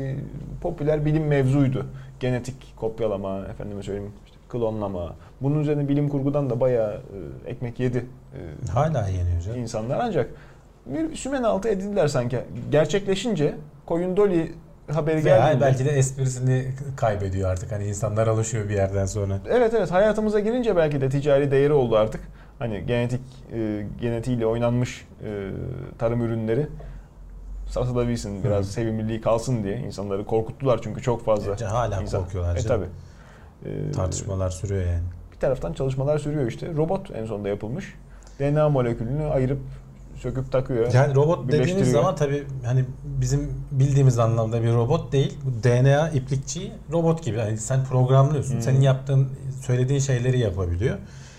popüler bilim mevzuydu. Genetik kopyalama, efendime söyleyeyim, işte klonlama. Bunun üzerine bilim kurgudan da bayağı ekmek yedi. Hala yeniyor canım. İnsanlar, ancak bir sümen altı edildiler sanki. Gerçekleşince koyun Dolly haberi geldiğinde. Belki de esprisini kaybediyor artık. Hani insanlar alışıyor bir yerden sonra. Evet, hayatımıza girince belki de ticari değeri oldu artık. Hani genetiğiyle oynanmış tarım ürünleri satılabilsin, biraz sevimliliği kalsın diye insanları korkuttular çünkü çok fazla. Hala korkuyorlar. Tabii. Tartışmalar sürüyor yani. Bir taraftan çalışmalar sürüyor işte. Robot en sonunda yapılmış. DNA molekülünü ayırıp söküp takıyor. Yani robot dediğiniz zaman tabii hani bizim bildiğimiz anlamda bir robot değil. Bu DNA iplikçi robot gibi. Yani sen programlıyorsun. Senin yaptığın, söylediğin şeyleri yapabiliyor.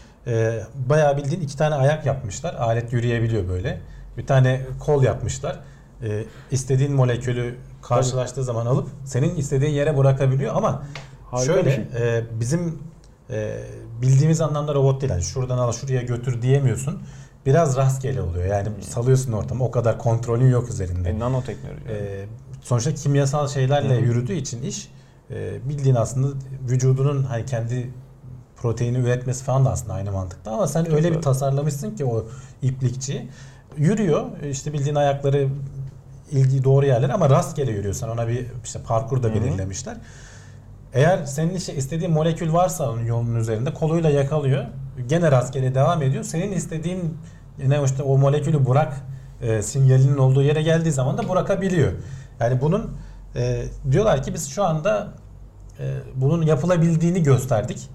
Bayağı bildiğin 2 tane ayak yapmışlar. Alet yürüyebiliyor böyle. Bir tane kol yapmışlar. İstediğin molekülü karşılaştığı zaman alıp senin istediğin yere bırakabiliyor ama harika şöyle şey. Bizim bildiğimiz anlamda robot değil. Yani şuradan al şuraya götür diyemiyorsun. Biraz rastgele oluyor. Yani salıyorsun ortamı. O kadar kontrolün yok üzerinde. Nanoteknoloji. Sonuçta kimyasal şeylerle yürüdüğü için iş bildiğin aslında vücudunun hani kendi proteini üretmesi falan da aslında aynı mantıkta ama sen öyle bir tasarlamışsın ki o iplikçi yürüyor. İşte bildiğin ayakları ilgi doğru yerler ama rastgele yürüyorsan ona bir işte parkur da belirlemişler. Eğer senin işte istediğin molekül varsa onun yolunun üzerinde koluyla yakalıyor. Gene rastgele devam ediyor. Senin istediğin işte o molekülü bırak sinyalinin olduğu yere geldiği zaman da bırakabiliyor. Yani bunun diyorlar ki biz şu anda bunun yapılabildiğini gösterdik.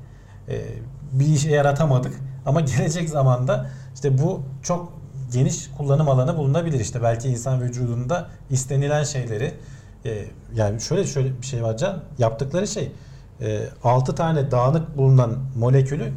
Bir işe yaratamadık ama gelecek zamanda işte bu çok geniş kullanım alanı bulunabilir. İşte belki insan vücudunda istenilen şeyleri yani şöyle bir şey var Can. Yaptıkları şey 6 tane dağınık bulunan molekülü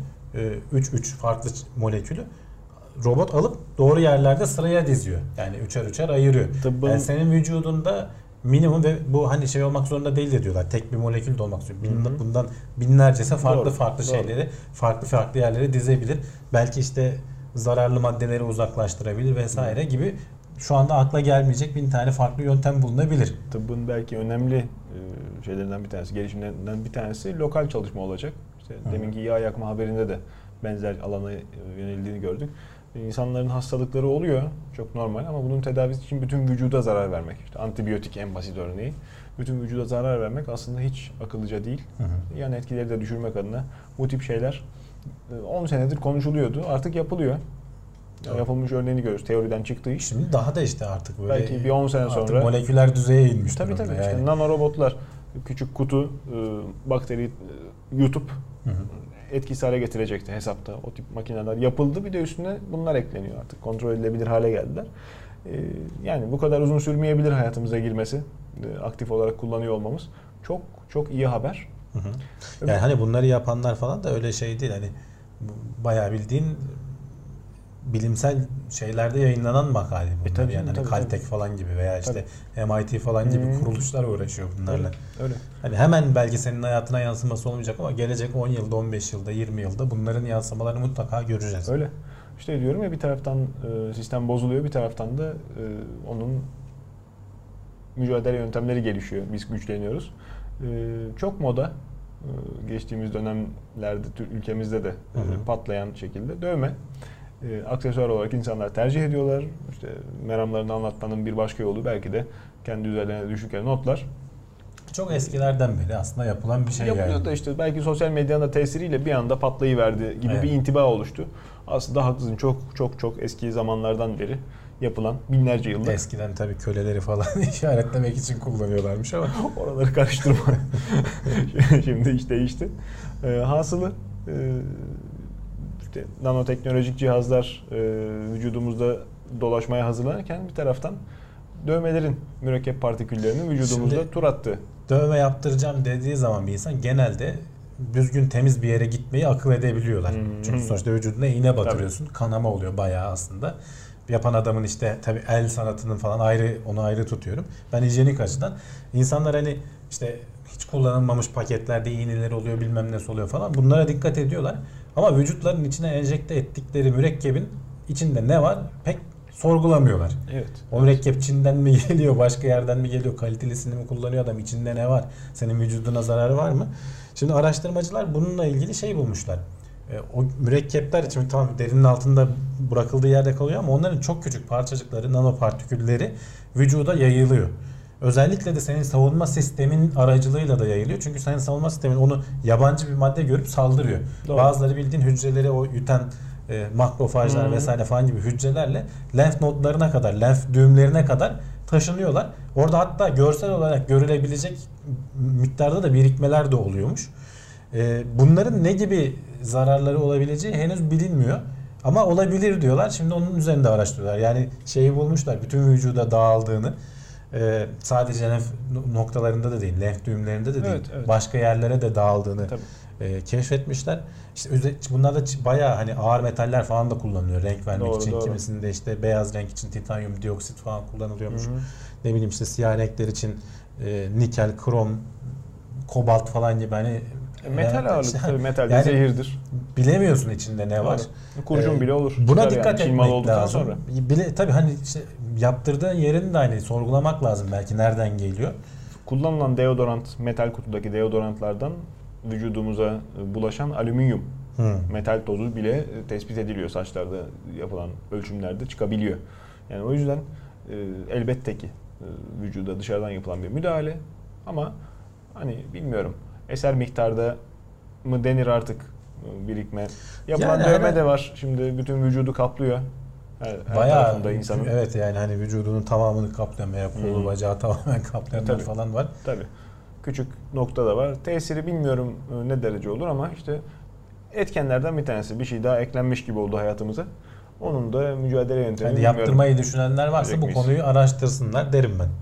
3 farklı molekülü robot alıp doğru yerlerde sıraya diziyor. Yani üçer ayırıyor. Yani senin vücudunda minimum ve bu hani şey olmak zorunda değil de diyorlar. Tek bir molekül de olmak zorunda. Bundan binlercesi farklı şeyleri farklı yerlere dizebilir. Belki işte zararlı maddeleri uzaklaştırabilir vesaire gibi şu anda akla gelmeyecek 1000 tane farklı yöntem bulunabilir. Tıbbın belki önemli şeylerinden bir tanesi, gelişimlerinden bir tanesi lokal çalışma olacak. İşte deminki yağ yakma haberinde de benzer alana yöneldiğini gördük. İnsanların hastalıkları oluyor, çok normal, ama bunun tedavisi için bütün vücuda zarar vermek. İşte antibiyotik en basit örneği. Bütün vücuda zarar vermek aslında hiç akıllıca değil. Yan etkileri de düşürmek adına bu tip şeyler 10 senedir konuşuluyordu. Artık yapılıyor. Doğru. Yapılmış örneğini görüyoruz. Teoriden çıktığı iş. Şimdi daha da işte artık böyle belki bir 10 sene artık sonra moleküler düzeye inmiş tabii durumda. tabii Yani. işte nanorobotlar, küçük kutu bakteri yutup etkisiz hale getirecekti hesapta. O tip makineler yapıldı. Bir de üstüne bunlar ekleniyor artık. Kontrol edilebilir hale geldiler. Yani bu kadar uzun sürmeyebilir hayatımıza girmesi. Aktif olarak kullanıyor olmamız. Çok çok iyi haber. Hı hı. Yani hani bunları yapanlar falan da öyle şey değil. Hani bayağı bildiğin bilimsel şeylerde yayınlanan makale bunlar. Tabii, yani hani Caltech falan gibi veya işte MIT falan gibi kuruluşlar uğraşıyor bunlarla. Öyle. Hani hemen belki senin hayatına yansıması olmayacak ama gelecek 10 yılda, 15 yılda, 20 yılda bunların yansımalarını mutlaka göreceğiz. Öyle. İşte diyorum ya bir taraftan sistem bozuluyor, bir taraftan da onun mücadele yöntemleri gelişiyor. Biz güçleniyoruz. Çok moda geçtiğimiz dönemlerde ülkemizde de patlayan şekilde dövme. Aksesuar olarak insanlar tercih ediyorlar. İşte meramlarını anlatmanın bir başka yolu belki de kendi üzerlerine düşük notlar. Çok eskilerden beri aslında yapılan bir şey yapılıyor yani. da işte belki sosyal medyanın da tesiriyle bir anda patlayıverdi gibi bir intiba oluştu. Aslında haklısın. Çok çok çok eski zamanlardan beri yapılan binlerce yıldır. Eskiden tabii köleleri falan işaretlemek için kullanıyorlarmış ama oraları karıştırma. Şimdi iş değişti. Hasılı işte nanoteknolojik cihazlar vücudumuzda dolaşmaya hazırlanırken bir taraftan dövmelerin mürekkep partiküllerinin vücudumuzda şimdi, tur attı. Dövme yaptıracağım dediği zaman bir insan genelde düzgün temiz bir yere gitmeyi akıl edebiliyorlar. Çünkü sonuçta vücuduna iğne batırıyorsun. Tabii. Kanama oluyor bayağı aslında. Yapan adamın işte tabii el sanatının falan onu ayrı tutuyorum. Ben hijyenik açıdan insanlar hani işte hiç kullanılmamış paketlerde iğneler oluyor bilmem ne oluyor falan bunlara dikkat ediyorlar. Ama vücutların içine enjekte ettikleri mürekkebin içinde ne var pek sorgulamıyorlar. Evet. O mürekkep Çin'den mi geliyor, başka yerden mi geliyor, kalitelisini mi kullanıyor adam, içinde ne var, senin vücuduna zararı var mı? Şimdi araştırmacılar bununla ilgili şey bulmuşlar. O mürekkepler için tamam derinin altında bırakıldığı yerde kalıyor ama onların çok küçük parçacıkları, nanopartikülleri vücuda yayılıyor. Özellikle de senin savunma sistemin aracılığıyla da yayılıyor. Çünkü senin savunma sistemin onu yabancı bir madde görüp saldırıyor. Doğru. Bazıları bildiğin hücreleri o yutan makrofajlar vesaire falan gibi hücrelerle lenf nodlarına kadar, lenf düğümlerine kadar taşınıyorlar. Orada hatta görsel olarak görülebilecek miktarda da birikmeler de oluyormuş. Bunların ne gibi zararları olabileceği henüz bilinmiyor. Ama olabilir diyorlar. Şimdi onun üzerinde araştırıyorlar. Yani şeyi bulmuşlar. Bütün vücuda dağıldığını. Sadece lenf noktalarında da değil, lenf düğümlerinde de değil. Evet. Başka yerlere de dağıldığını keşfetmişler. İşte bunlar da bayağı hani ağır metaller falan da kullanılıyor renk vermek için. Doğru. Kimisinde işte beyaz renk için titanyum dioksit falan kullanılıyormuş. Ne bileyim işte siyah renkler için nikel, krom, kobalt falan gibi hani metal ağırlıklı tabii metal de yani zehirdir. Bilemiyorsun içinde ne var. Kurşun bile olur. Buna dikkat yani, etmek lazım. Sonra. Tabii hani işte yaptırdığın yerini de hani sorgulamak lazım belki nereden geliyor. Kullanılan deodorant, metal kutudaki deodorantlardan vücudumuza bulaşan alüminyum metal tozu bile tespit ediliyor, saçlarda yapılan ölçümlerde çıkabiliyor. Yani o yüzden elbette ki vücuda dışarıdan yapılan bir müdahale ama hani bilmiyorum eser miktarda mı denir artık birikme. Yapılan yani dövme de var. Şimdi bütün vücudu kaplıyor. Her tarafında insanın. Evet yani hani vücudunun tamamını kaplayan veya kolu bacağı tamamen kaplayanlar falan var. Tabii. Küçük nokta da var. Tesiri bilmiyorum ne derece olur ama işte etkenlerden bir tanesi. Bir şey daha eklenmiş gibi oldu hayatımıza. Onun da mücadele yöntemi yani yaptırmayı düşünenler varsa bu konuyu araştırsınlar derim ben.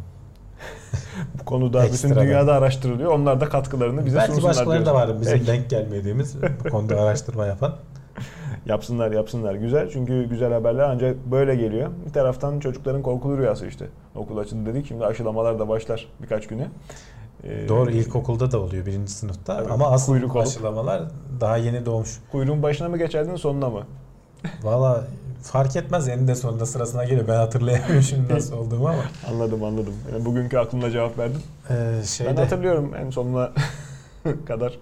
Bu konuda bütün dünyada araştırılıyor. Onlar da katkılarını bize sunsunlar. Belki başkaları da var bizim denk gelmediğimiz bu konuda araştırma yapan. Yapsınlar. Güzel çünkü güzel haberler ancak böyle geliyor. Bir taraftan çocukların korkulu rüyası işte. Okul açıldı dedik. Şimdi aşılamalar da başlar birkaç güne. Doğru ilkokulda da oluyor 1. sınıfta ama asıl aşılamalar daha yeni doğmuş. Kuyruğun başına mı geçerdin sonuna mı? Valla fark etmez eninde sonunda sırasına geliyor. Ben hatırlayamıyorum şimdi nasıl olduğumu ama. Anladım. Yani bugünkü aklımla cevap verdim. Ben hatırlıyorum en sonuna kadar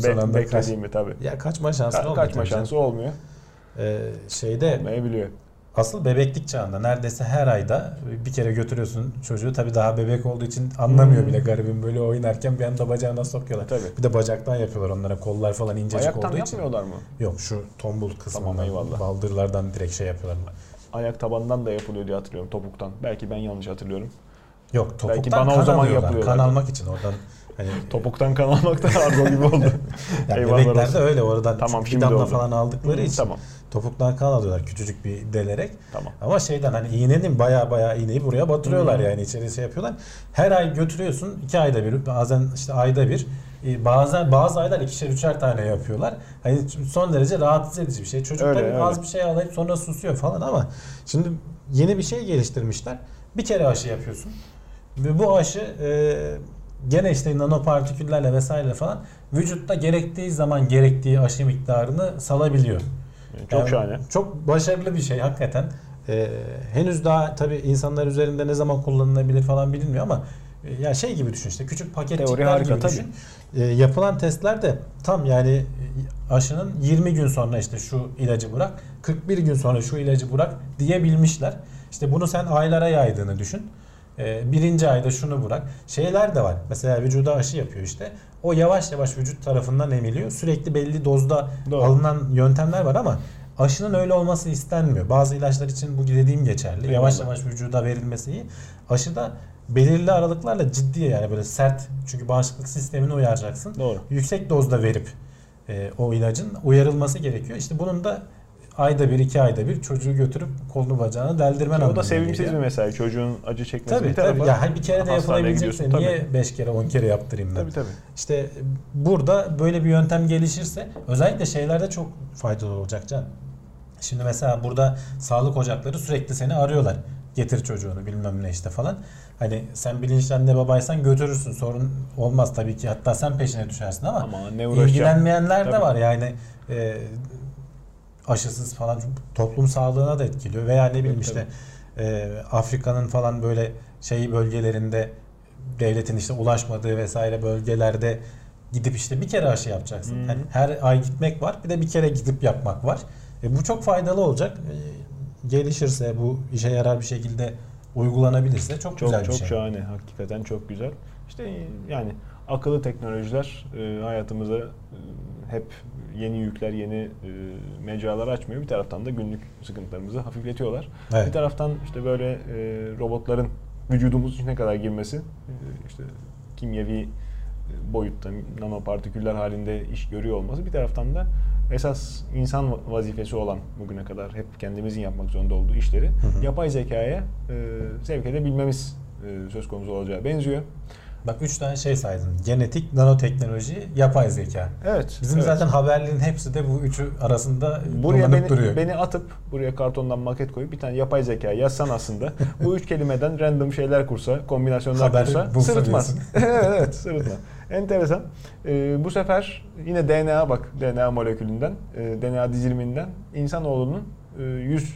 beklediğimi tabii. Ya kaçma şansı olmuyor. Kaçma şansı olmuyor. Olmayabiliyor. asıl bebeklik çağında neredeyse her ayda bir kere götürüyorsun çocuğu. Tabii daha bebek olduğu için anlamıyor bile garibim, böyle oynarken bir anda bacağına sokuyorlar. Tabii. Bir de bacaktan yapıyorlar onlara, kollar falan incecik Ayaktan olduğu için. yapmıyorlar mı? Yok, şu tombul kısmından, Tamam, eyvallah. baldırlardan direkt şey yapıyorlar. Ayak tabandan da yapılıyor diye hatırlıyorum, topuktan. Belki ben yanlış hatırlıyorum. Yok, Belki topuktan bana kan o zaman alıyorlar. yapılıyorlardı. Kan almak için oradan hani Topuktan kan almak da argo gibi oldu. yani Eyvallah bebeklerde olsun. öyle oradan Tamam, bir şimdi damla oldu. falan aldıkları için Tamam. topuktan kan alıyorlar küçücük bir delerek. Tamam. Ama şeyden hani iğnenin baya iğneyi buraya batırıyorlar yani, içeri şey yapıyorlar. Her ay götürüyorsun, 2 ayda bir, bazen işte ayda bir, bazen bazı aylar 2'şer 3'er tane yapıyorlar. Hani son derece rahatsız edici bir şey. Çocuk Öyle, tabii öyle. az bir şey alayıp sonra susuyor falan ama şimdi yeni bir şey geliştirmişler. Bir kere aşı yapıyorsun. Ve bu aşı gene işte nanopartiküllerle vesaire falan vücutta gerektiği zaman gerektiği aşı miktarını salabiliyor. Çok Yani şahane. çok başarılı bir şey hakikaten. Henüz daha tabii insanlar üzerinde ne zaman kullanılabilir falan bilinmiyor ama ya şey gibi düşün, işte küçük Teori paketçikler harika, gibi düşün. Yapılan testlerde de tam yani aşının 20 gün sonra işte şu ilacı bırak, 41 gün sonra şu ilacı bırak diyebilmişler. İşte bunu sen aylara yaydığını düşün. Birinci ayda şunu bırak. Şeyler de var. Mesela vücuda aşı yapıyor işte. O yavaş yavaş vücut tarafından emiliyor. Sürekli belli dozda Doğru. alınan yöntemler var ama aşının öyle olması istenmiyor. Bazı ilaçlar için bu dediğim geçerli. Eyvallah. Yavaş yavaş vücuda verilmesi iyi. Aşıda belirli aralıklarla ciddi, yani böyle sert, çünkü bağışıklık sistemini uyaracaksın. Doğru. Yüksek dozda verip o ilacın uyarılması gerekiyor. İşte bunun da ayda bir, 2 ayda bir çocuğu götürüp kolunu bacağını deldirmen O anlamına da sevimsiz geliyor. bir mesai. Çocuğun acı çekmesi Tabii bir tarafa. tabii. Ya bir kere de hastaneye yapılabilecekse gidiyorsun, niye 5 kere 10 kere yaptırayım ben? Tabii. İşte burada böyle bir yöntem gelişirse özellikle şeylerde çok faydalı olacak Can. Şimdi mesela burada sağlık ocakları sürekli seni arıyorlar. Getir çocuğunu bilmem ne işte falan. Hani sen bilinçli anne babaysan götürürsün, sorun olmaz tabii ki. Hatta sen peşine düşersin ama ne uğraşacağım? ilgilenmeyenler de Tabii. var yani. Aşısız falan toplum sağlığına da etkiliyor veya ne bileyim işte Afrika'nın falan böyle şey bölgelerinde, devletin işte ulaşmadığı vesaire bölgelerde gidip işte bir kere aşı yapacaksın. Hani her ay gitmek var, bir de bir kere gidip yapmak var. Bu çok faydalı olacak. Gelişirse, bu işe yarar bir şekilde uygulanabilirse çok güzel bir çok şey. şahane. Hakikaten çok güzel. İşte yani akıllı teknolojiler hayatımıza hep yeni yükler, yeni mecralar açmıyor. Bir taraftan da günlük sıkıntılarımızı hafifletiyorlar. Evet. Bir taraftan işte böyle robotların vücudumuz içine kadar girmesi, işte kimyevi boyutta nanopartiküller halinde iş görüyor olması, bir taraftan da esas insan vazifesi olan, bugüne kadar hep kendimizin yapmak zorunda olduğu işleri yapay zekaya sevk edebilmemiz söz konusu olacağı benziyor. Bak 3 tane şey saydın. Genetik, nanoteknoloji, yapay zeka. Evet. Bizim zaten haberlerin hepsi de bu üçü arasında buraya dolanıp duruyor. beni atıp buraya kartondan maket koyup bir tane yapay zeka yazsan aslında bu 3 kelimeden random şeyler kursa, kombinasyonlar Haber kursa bulsa sırıtmaz. diyorsun. evet, sırıtmaz. Enteresan. Bu sefer yine DNA, bak DNA molekülünden, DNA diziliminden insanoğlunun yüz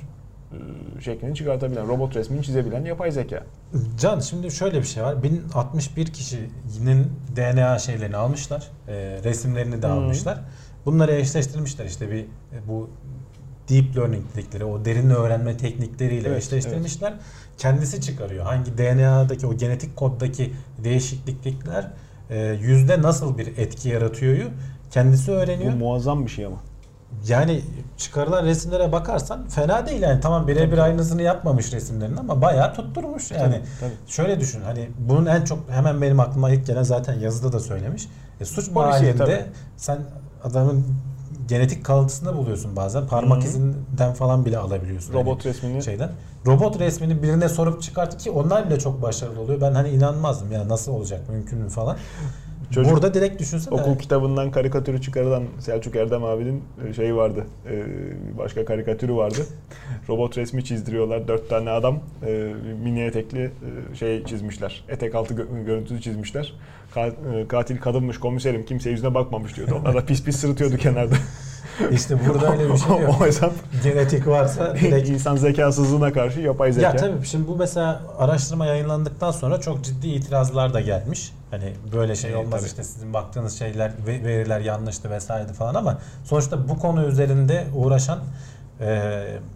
şeklini çıkartabilen, robot resmini çizebilen yapay zeka. Can, şimdi şöyle bir şey var. 1061 kişinin DNA şeylerini almışlar. Resimlerini de almışlar. Bunları eşleştirmişler. İşte bu deep learning dedikleri o derin öğrenme teknikleriyle eşleştirmişler. Evet. Kendisi çıkarıyor. Hangi DNA'daki o genetik koddaki değişiklikler yüzde nasıl bir etki yaratıyoryu kendisi öğreniyor. Bu muazzam bir şey ama. Yani çıkarılan resimlere bakarsan fena değil yani, tamam birebir aynısını yapmamış resimlerin ama bayağı tutturmuş yani. Tabii. Şöyle düşün, hani bunun en çok hemen benim aklıma ilk gelen, zaten yazıda da söylemiş. Suç mahallinde sen adamın genetik kalıntısını buluyorsun bazen. Parmak izinden falan bile alabiliyorsun. Robot resmini. Robot resmini birine sorup çıkart ki onlar bile çok başarılı oluyor. Ben hani inanmazdım ya, nasıl olacak, mümkün mü falan. Çocuk, burada direkt düşünsene. Okul kitabından karikatürü çıkarılan Selçuk Erdem abinin şeyi vardı. Başka karikatürü vardı. Robot resmi çizdiriyorlar. 4 tane adam mini etekli şey çizmişler. Etek altı görüntüsü çizmişler. Katil kadınmış komiserim, kimse yüzüne bakmamış diyordu. Onlar da pis pis sırıtıyordu kenarda. İşte burada öyle bir şey yok. O hesap genetik varsa direkt insan zekasızlığına karşı yapay zeka. Ya tabii şimdi bu mesela araştırma yayınlandıktan sonra çok ciddi itirazlar da gelmiş. Hani böyle şey olmaz tabii. işte, sizin baktığınız şeyler, veriler yanlıştı vesaire falan, ama sonuçta bu konu üzerinde uğraşan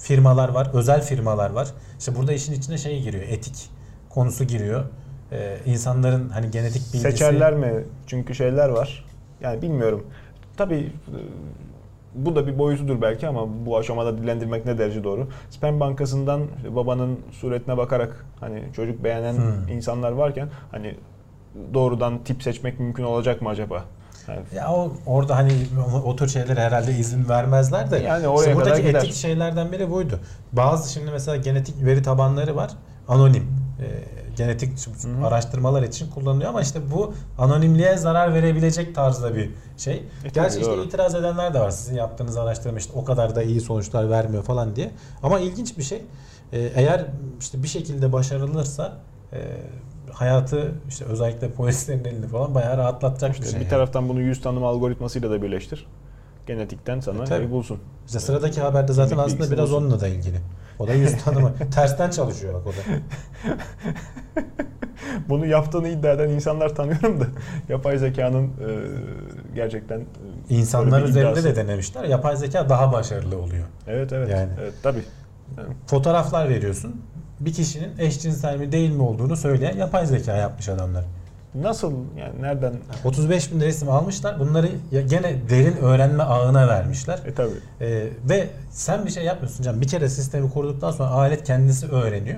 firmalar var, özel firmalar var. İşte burada işin içine şey giriyor, etik konusu giriyor. İnsanların hani genetik bilgisi... Seçerler mi? Çünkü şeyler var. Yani bilmiyorum. Tabii bu da bir boyutudur belki ama bu aşamada dillendirmek ne derece doğru? Sperm bankasından babanın suretine bakarak hani çocuk beğenen insanlar varken hani doğrudan tip seçmek mümkün olacak mı acaba? Yani. Ya orada hani o tür şeylere herhalde izin vermezler de. Yani oraya işte buradaki kadar etik şeylerden biri buydu. Bazı şimdi mesela genetik veri tabanları var. Anonim. Genetik araştırmalar için kullanılıyor ama işte bu anonimliğe zarar verebilecek tarzda bir şey. Gerçi işte doğru. İtiraz edenler de var. Sizin yaptığınız araştırma işte o kadar da iyi sonuçlar vermiyor falan diye. Ama ilginç bir şey. Eğer işte bir şekilde başarılırsa hayatı işte özellikle polislerin elini falan bayağı rahatlatacak işte bir şey. Bir taraftan bunu yüz tanıma algoritmasıyla da birleştir. Genetikten sana bulsun. İşte sıradaki haberde zaten aslında biraz bulsun. Onunla da ilgili. O da yüz tanıma. Tersten çalışıyor bak o da. Bunu yaptığını iddia eden insanlar tanıyorum da yapay zekanın gerçekten insanlar üzerinde de denemişler. Yapay zeka daha başarılı oluyor. Evet. Yani evet tabii. Evet. Fotoğraflar veriyorsun. Bir kişinin eşcinsel mi değil mi olduğunu söyleyen yapay zeka yapmış adamlar. Nasıl yani nereden? 35.000 resim almışlar. Bunları gene derin öğrenme ağına vermişler. Tabii. Ve sen bir şey yapmıyorsun canım. Bir kere sistemi kurduktan sonra alet kendisi öğreniyor.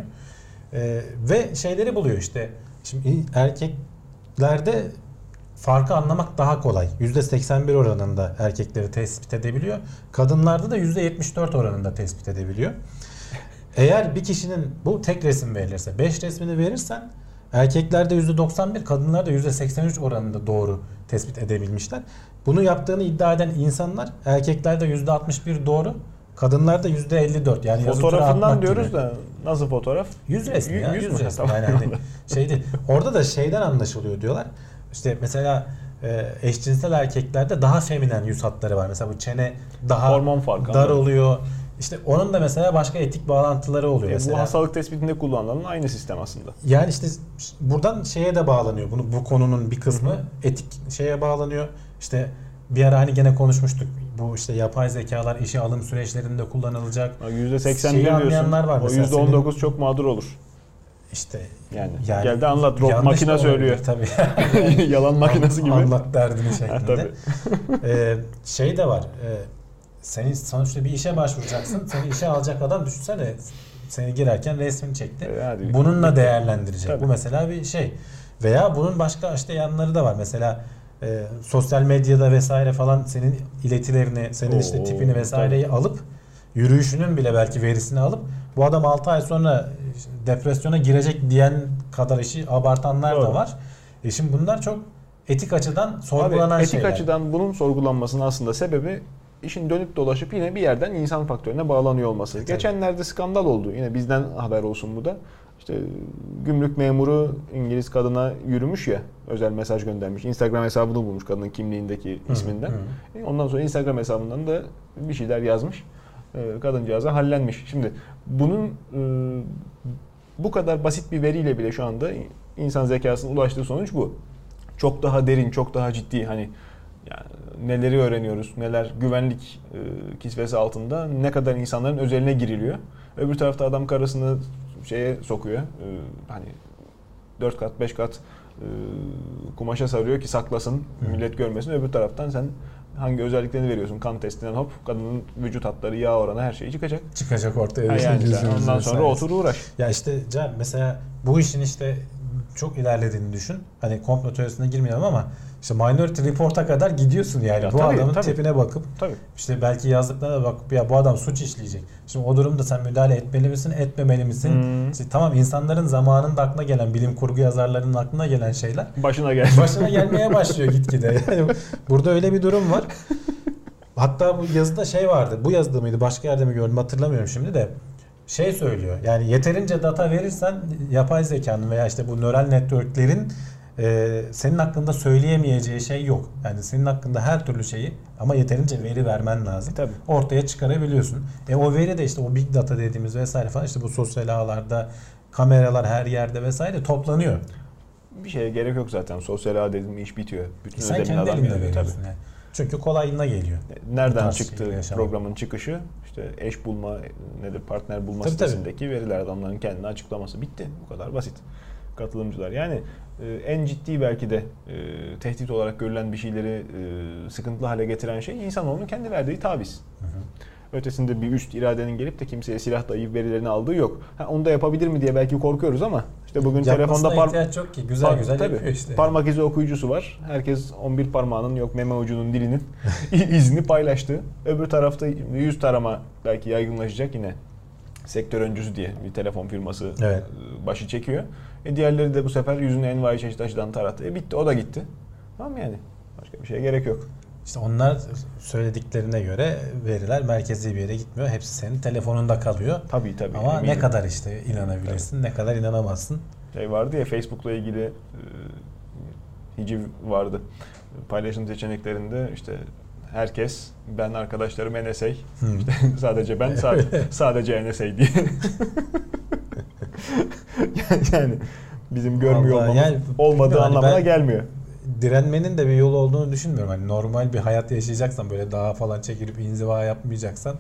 Ve şeyleri buluyor işte. Şimdi erkeklerde farkı anlamak daha kolay. %81 oranında erkekleri tespit edebiliyor. Kadınlarda da %74 oranında tespit edebiliyor. Eğer bir kişinin bu tek resim verilirse, 5 resmini verirsen erkeklerde %91, kadınlarda %83 oranında doğru tespit edebilmişler. Bunu yaptığını iddia eden insanlar erkeklerde %61 doğru, kadınlarda %54. Yani fotoğrafından diyoruz gibi. Da nasıl fotoğraf? Yüz resmi ya. Yüz resmi. Tamam. Yani hani şeydi. Orada da şeyden anlaşılıyor diyorlar. İşte mesela eşcinsel erkeklerde daha feminen yüz hatları var. Mesela bu çene daha hormon farkı dar oluyor. İşte onun da mesela başka etik bağlantıları oluyor. Mesela. Bu hastalık tespitinde kullanılan aynı sistem aslında. Yani işte buradan şeye de bağlanıyor. Bu konunun bir kısmı etik şeye bağlanıyor. İşte bir ara hani gene konuşmuştuk. Bu işte yapay zekalar işe alım süreçlerinde kullanılacak. %81 diyorsun. Var o %19 çok mağdur olur. İşte yani geldi anlat. Robot makine söylüyor. Tabii. Yalan makinesi gibi. Anlat derdini şeklinde. Şey de var. Senin sonuçta bir işe başvuracaksın. Seni işe alacak adam düşünsene seni girerken resmini çekti. Bununla değerlendirecek. Tabii. Bu mesela bir şey. Veya bunun başka işte yanları da var. Mesela sosyal medyada vesaire falan senin iletilerini, senin işte tipini vesaireyi alıp yürüyüşünün bile belki verisini alıp bu adam 6 ay sonra depresyona girecek diyen kadar işi abartanlar da var. Şimdi bunlar çok etik açıdan sorgulanan etik şeyler. Etik açıdan bunun sorgulanmasının aslında sebebi işin dönüp dolaşıp yine bir yerden insan faktörüne bağlanıyor olması. Tabii. Geçenlerde skandal oldu. Yine bizden haber olsun bu da. İşte gümrük memuru İngiliz kadına yürümüş ya, özel mesaj göndermiş. Instagram hesabını bulmuş kadının kimliğindeki isminden. Ondan sonra Instagram hesabından da bir şeyler yazmış. Kadıncağıza hallenmiş. Şimdi bunun bu kadar basit bir veriyle bile şu anda insan zekasının ulaştığı sonuç bu. Çok daha derin, çok daha ciddi hani yani neleri öğreniyoruz, neler güvenlik kisvesi altında ne kadar insanların özeline giriliyor. Öbür tarafta adam karısını şeye sokuyor. Hani 4 kat 5 kat kumaşa sarıyor ki saklasın, millet görmesin. Öbür taraftan sen hangi özelliklerini veriyorsun? Kan testinden hop kadının vücut hatları, yağ oranı her şey çıkacak. Çıkacak ortaya. Yani ondan sonra otur uğraş. Ya işte Can mesela bu işin işte çok ilerlediğini düşün. Hani komplo teorisine girmeyelim ama işte Minority Report'a kadar gidiyorsun yani. Ya bu adamın tipine bakıp işte belki yazdıklarına bakıp ya bu adam suç işleyecek. Şimdi o durumda sen müdahale etmeli misin, etmemeli misin? İşte tamam insanların zamanında aklına gelen, bilim kurgu yazarlarının aklına gelen şeyler başına gelmeye başlıyor gitgide. Yani burada öyle bir durum var. Hatta bu yazıda şey vardı. Bu yazıda mıydı? Başka yerde mi gördüm hatırlamıyorum şimdi de. Şey söylüyor. Yani yeterince data verirsen yapay zekanın veya işte bu nöral networklerin senin hakkında söyleyemeyeceği şey yok. Yani senin hakkında her türlü şeyi ama yeterince veri vermen lazım. Tabii. Ortaya çıkarabiliyorsun. O veri de işte o big data dediğimiz vesaire falan işte bu sosyal ağlarda kameralar her yerde vesaire toplanıyor. Bir şeye gerek yok zaten. Sosyal ağ dediğim iş bitiyor. Bütün sen kendi elinde veriyorsun. Yani. Çünkü kolayına geliyor. Nereden çıktı programın çıkışı? İşte eş bulma, partner bulma sitesindeki veriler, adamların kendine açıklaması. Bitti. Bu kadar basit. Katılımcılar. Yani en ciddi belki de tehdit olarak görülen bir şeyleri sıkıntılı hale getiren şey insanoğlunun kendi verdiği taviz. Ötesinde bir üst iradenin gelip de kimseye silah dayayıp verilerini aldığı yok. Onu da yapabilir mi diye belki korkuyoruz ama işte bugün telefonda ihtiyaç yok ki. Güzel yapıyor işte. Parmak izi okuyucusu var. Herkes 11 parmağının, yok meme ucunun, dilinin izini paylaştı. Öbür tarafta yüz tarama belki yaygınlaşacak yine. Sektör öncüsü diye bir telefon firması başı çekiyor. Diğerleri de bu sefer yüzünü envai çeşit açıdan tarattı. Bitti, o da gitti. Tamam yani. Başka bir şeye gerek yok. İşte onlar söylediklerine göre veriler merkezi bir yere gitmiyor. Hepsi senin telefonunda kalıyor. Tabii. Ama eminim. ne kadar işte inanabilirsin, ne kadar inanamazsın. Vardı ya, Facebook'la ilgili hiciv vardı. Paylaşım seçeneklerinde işte herkes, ben, arkadaşlarım NSA, işte sadece ben, sadece NSA diye. Yani bizim görmüyor olmamız olmadığı anlamına gelmiyor. Direnmenin de bir yolu olduğunu düşünmüyorum. Hani normal bir hayat yaşayacaksan, böyle dağa falan çekilip inziva yapmayacaksan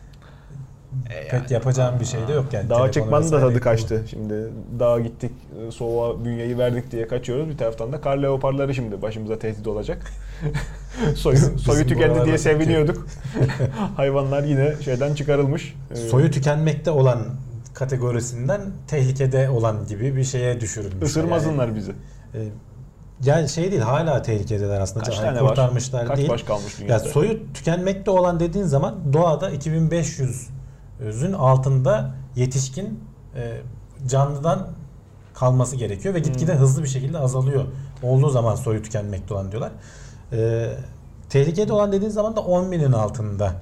pek yapacağım bir şey de yok yani. Dağa çıkmanın da tadı kaçtı. Şimdi dağa gittik, soğuğa bünyeyi verdik diye kaçıyoruz. Bir taraftan da kar leoparları şimdi başımıza tehdit olacak. Soyu tükendi diye seviniyorduk. Hayvanlar yine şeyden çıkarılmış. Soyu tükenmekte olan kategorisinden tehlikede olan gibi bir şeye düşürülmüş. Isırmasınlar yani bizi. Yani şey değil, hala tehlikedeler aslında. Kaç tane kurtarmışlar var? değil. Kaç baş kalmış dünyada? Ya soyu tükenmekte olan dediğin zaman doğada 2500'ün altında yetişkin canlıdan kalması gerekiyor ve gitgide hızlı bir şekilde azalıyor. Olduğu zaman soyu tükenmekte olan diyorlar. Tehlikede olan dediğin zaman da 10.000'in altında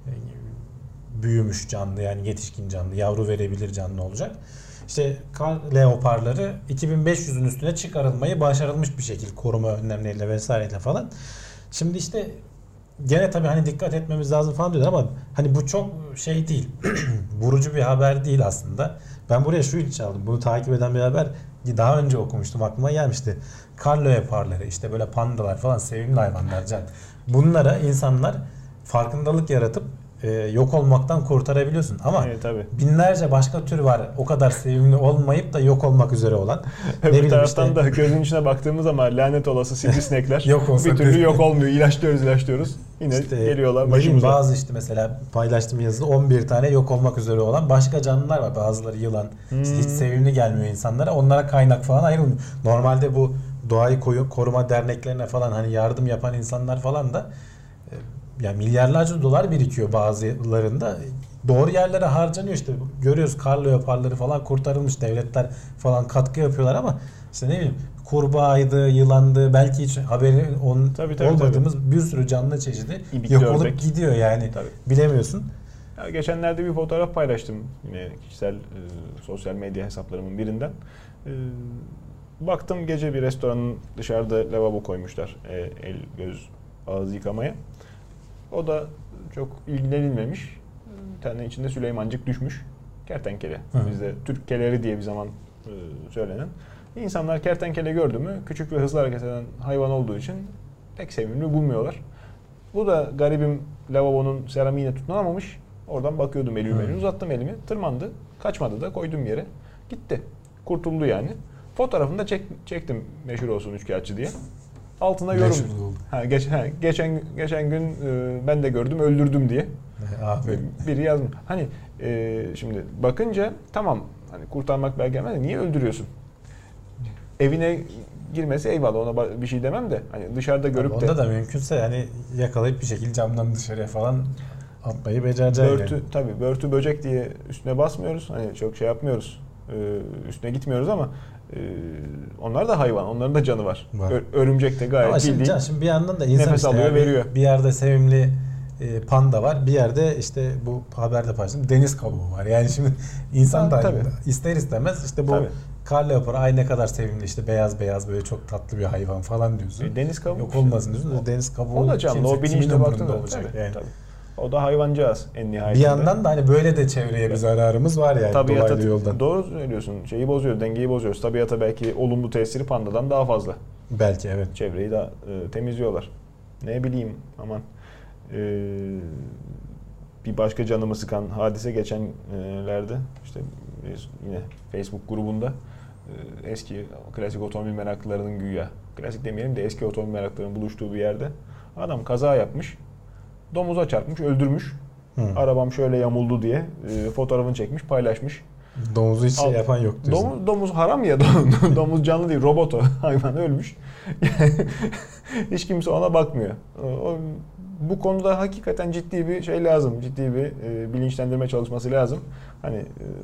büyümüş canlı, yani yetişkin canlı, yavru verebilir canlı olacak. İşte kar leoparları 2500'ün üstüne çıkarılmayı başarılmış bir şekilde, koruma önlemleriyle vesaireyle falan. Şimdi işte gene tabii hani dikkat etmemiz lazım falan diyorlar ama hani bu çok şey değil. Vurucu bir haber değil aslında. Ben buraya şu için aldım. Bunu takip eden bir haber daha önce okumuştum, aklıma gelmişti. Kar leoparları, işte böyle pandalar falan, sevimli hayvanlar can. Bunlara insanlar farkındalık yaratıp yok olmaktan kurtarabiliyorsun. Ama binlerce başka tür var o kadar sevimli olmayıp da yok olmak üzere olan. Bir taraftan işte, da gözün içine baktığımız zaman lanet olası sivrisinekler bir türlü yok olmuyor. İlaçlıyoruz. Yine işte, geliyorlar başımıza. Bazı işte mesela paylaştığım yazıda 11 tane yok olmak üzere olan başka canlılar var. Bazıları yılan. İşte hiç sevimli gelmiyor insanlara. Onlara kaynak falan ayrılmıyor. Normalde bu doğayı koruma derneklerine falan hani yardım yapan insanlar falan da yani milyarlarca dolar birikiyor bazılarında. Doğru yerlere harcanıyor işte. Görüyoruz, kar leoparları falan kurtarılmış, devletler falan katkı yapıyorlar ama işte ne bileyim, kurbağaydı, yılandı, belki hiç haberi olmadığımız bir sürü canlı çeşidi yok olup gidiyor yani. Bilemiyorsun. Ya geçenlerde bir fotoğraf paylaştım yine kişisel sosyal medya hesaplarımın birinden. Baktım gece bir restoranın dışarıda lavabo koymuşlar el, göz, ağız yıkamaya. O da çok ilgilenilmemiş. Bir tane içinde Süleymancık düşmüş. Kertenkele. Bizde Türk keleri diye bir zaman söylenen. İnsanlar kertenkele gördü mü küçük ve hızlı hareket eden hayvan olduğu için pek sevimli bulmuyorlar. Bu da garibim lavabonun seramiğine tutunamamış. Oradan bakıyordum, elimi uzattım elimi. Tırmandı. Kaçmadı da, koydum yere. Gitti. Kurtuldu yani. Fotoğrafını da çektim meşhur olsun üçkağıtçı diye. Altına yorum. Geçen gün ben de gördüm, öldürdüm diye. Biri yazmış. Hani şimdi bakınca tamam, hani kurtarmak belki gelmez de niye öldürüyorsun? Evine girmesi eyvallah, ona bir şey demem de hani dışarıda görüp onda da mümkünse yani yakalayıp bir şekilde camdan dışarıya falan atmayı becereceğiz. Tabii börtü böcek diye üstüne basmıyoruz. Hani çok şey yapmıyoruz. Üstüne gitmiyoruz ama onlar da hayvan, onların da canı var. Örümcek de gayet bildiğin şimdi bir yandan da insan nefes işte alıyor, veriyor. Bir yerde sevimli panda var, bir yerde işte bu haberde paylaştım deniz kabuğu var. Yani şimdi insan da ister istemez işte bu kar leoparı ay ne kadar sevimli, işte beyaz beyaz böyle çok tatlı bir hayvan falan diyorsun. Deniz kabuğu yok olmasın diyorsun. Deniz kabuğu o da canlı, o bilinçli baktığında olacak yani. O da hayvancağız en nihayetinde. Bir yandan da hani böyle de çevreye bir zararımız var yani dolaylı yoldan. Doğru söylüyorsun. Şeyi bozuyor, dengeyi bozuyoruz. Tabiata belki olumlu tesiri pandadan daha fazla. Belki evet. Çevreyi de temizliyorlar. ne bileyim aman bir başka canımı sıkan hadise geçenlerde işte yine Facebook grubunda eski klasik otomobil meraklılarının güya, klasik demeyelim de eski otomobil meraklılarının buluştuğu bir yerde adam kaza yapmış, domuza çarpmış, öldürmüş. Arabam şöyle yamuldu diye fotoğrafını çekmiş, paylaşmış. Domuzu hiç şey yapan yok diyorsun. Domuz haram ya, domuz canlı değil, robot o. Hayvan ölmüş. Hiç kimse ona bakmıyor. Bu konuda hakikaten ciddi bir şey lazım. Ciddi bir bilinçlendirme çalışması lazım. Hani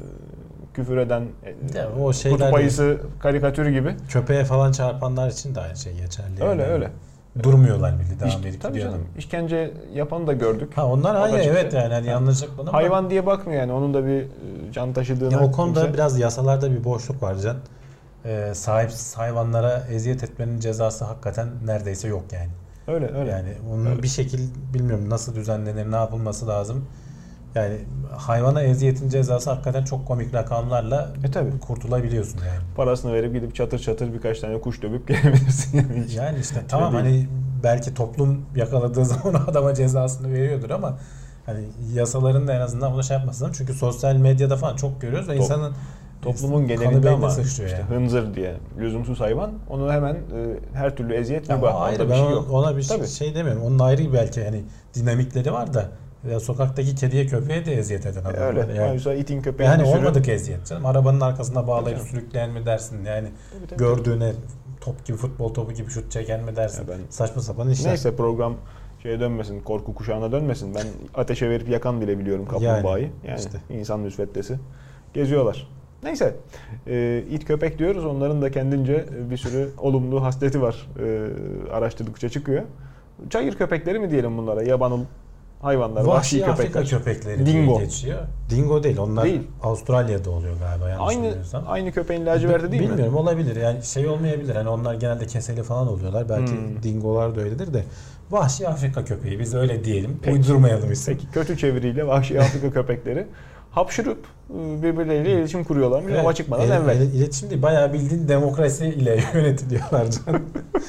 küfür eden o kutup ayısı karikatürü gibi. Köpeğe falan çarpanlar için de aynı şey geçerli. Öyle yani. Öyle. Durmuyorlar bile, devam edip tabii gidiyor. canım. İşkence yapanı da gördük. Onlar aynı, evet yani hani yanlışlık bana. Hayvan diye bakmıyor yani, onun da bir can taşıdığını. Ya o konuda biraz yasalarda bir boşluk var can. Sahipsiz hayvanlara eziyet etmenin cezası hakikaten neredeyse yok yani. Öyle. Yani onun bir şekil bilmiyorum nasıl düzenlenir, ne yapılması lazım. Yani hayvana eziyetin cezası hakikaten çok komik rakamlarla kurtulabiliyorsun yani. Parasını verip gidip çatır çatır birkaç tane kuş dövüp gelebilirsin yani. Yani işte tamam hani belki toplum yakaladığı zaman adama cezasını veriyordur ama hani yasaların da en azından bunu şey yapması lazım. Çünkü sosyal medyada falan çok görüyoruz ve insanın toplumun genelinde ama işte yani. hınzır diye lüzumsuz hayvan, onu hemen her türlü eziyet mübah. Ayrı, ben ona bir şey demiyorum. Onun ayrı belki hani dinamikleri var da ya sokaktaki kediye köpeğe de eziyet eden adam. Öyle. Yani itin köpeğin yani olmadık eziyet canım. Arabanın arkasına bağlayıp sürükleyen mi dersin? Yani tabii. Gördüğüne top gibi, futbol topu gibi şut çeken mi dersin? Saçma sapan işler. Neyse, program şeye dönmesin, korku kuşağına dönmesin. Ben ateşe verip yakan bile biliyorum kaplumbağayı. Yani işte. İnsan müsveddesi. Geziyorlar. Neyse, it köpek diyoruz. Onların da kendince bir sürü olumlu hasleti var. Araştırdıkça çıkıyor. Çayır köpekleri mi diyelim bunlara? Yaban hayvanlar, vahşi köpekler. Afrika köpekleri Dingo diye geçiyor. Dingo değil, onlar değil. Avustralya'da oluyor galiba, yanlış bilmiyorsam. Aynı köpeğin laciverti değil mi? Bilmiyorum, olabilir. Yani şey olmayabilir. Hani onlar genelde keseli falan oluyorlar. Belki dingolar da öyledir de. Vahşi Afrika köpeği, biz öyle diyelim. Peki, uydurmayalım isim. Peki, kötü çeviriyle vahşi Afrika köpekleri hapşırıp birbirleriyle iletişim kuruyorlar mı? Hava çıkmadan evvel. İletişim değil, bayağı bildiğin demokrasi ile yönetiliyorlar canım.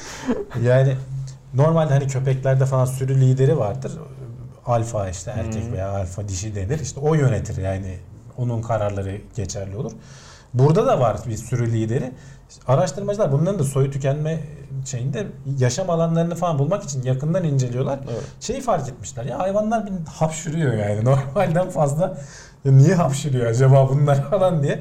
Yani normalde hani köpeklerde falan sürü lideri vardır. Alfa işte erkek veya alfa dişi denir. İşte o yönetir yani, onun kararları geçerli olur. Burada da var bir sürü lideri. Araştırmacılar bunların da soyu tükenme şeyinde yaşam alanlarını falan bulmak için yakından inceliyorlar. Evet. Şeyi fark etmişler ya, hayvanlar bir hapşırıyor yani normalden fazla. Ya niye hapşırıyor acaba bunlar falan diye.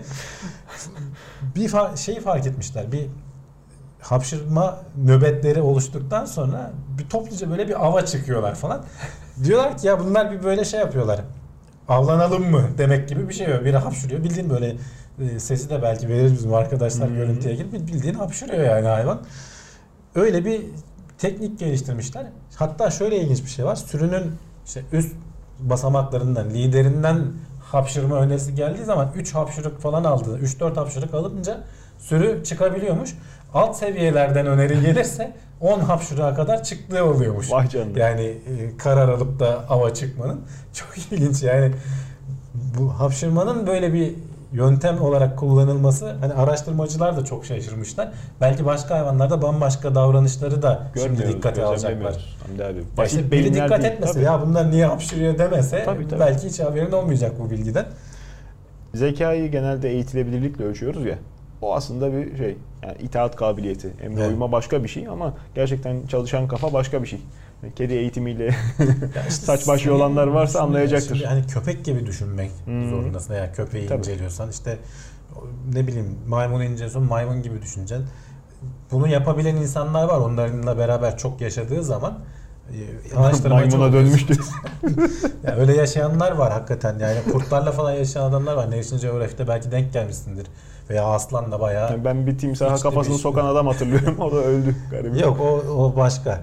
Bir şeyi fark etmişler. Bir hapşırma nöbetleri oluştuktan sonra bir topluca böyle bir ava çıkıyorlar falan. Diyorlar ki ya bunlar bir böyle şey yapıyorlar. Avlanalım mı demek gibi bir şey yok. Biri hapşırıyor. Bildiğin böyle sesi de belki veririz bizim arkadaşlar görüntüye girip bildiğin hapşırıyor yani hayvan. Öyle bir teknik geliştirmişler. Hatta şöyle ilginç bir şey var. Sürünün işte üst basamaklarından, liderinden hapşırma önerisi geldiği zaman 3 hapşırık falan aldı. 3-4 hapşırık alınca sürü çıkabiliyormuş. Alt seviyelerden öneri gelirse 10 hapşırığa kadar çıktığı oluyormuş. Vay canına. Yani karar alıp da ava çıkmanın. Çok ilginç yani. Bu hapşırmanın böyle bir yöntem olarak kullanılması, hani araştırmacılar da çok şaşırmışlar. Belki başka hayvanlarda bambaşka davranışları da şimdi dikkate alacaklar. İşte biri dikkat etmese ya bunlar niye hapşırıyor demese tabii. Belki hiç haberin olmayacak bu bilgiden. Zekayı genelde eğitilebilirlikle ölçüyoruz ya. O aslında bir şey. Yani itaat kabiliyeti. Emre uyma başka bir şey ama gerçekten çalışan kafa başka bir şey. Kedi eğitimiyle işte saç başı olanlar varsa anlayacaktır. Şimdi hani köpek gibi düşünmek zorundasın. Eğer köpeği inceliyorsan işte ne bileyim maymunu inceliyorsan maymun gibi düşüneceksin. Bunu yapabilen insanlar var. Onlarla beraber çok yaşadığı zaman maymuna dönmüştü. Yani öyle yaşayanlar var hakikaten. Yani kurtlarla falan yaşayan adamlar var. National Geographic'te belki denk gelmişsindir. Veya aslanla bayağı. Yani ben bir timsaha kafasını sokan adam hatırlıyorum. O da öldü. Garip. Yok o başka.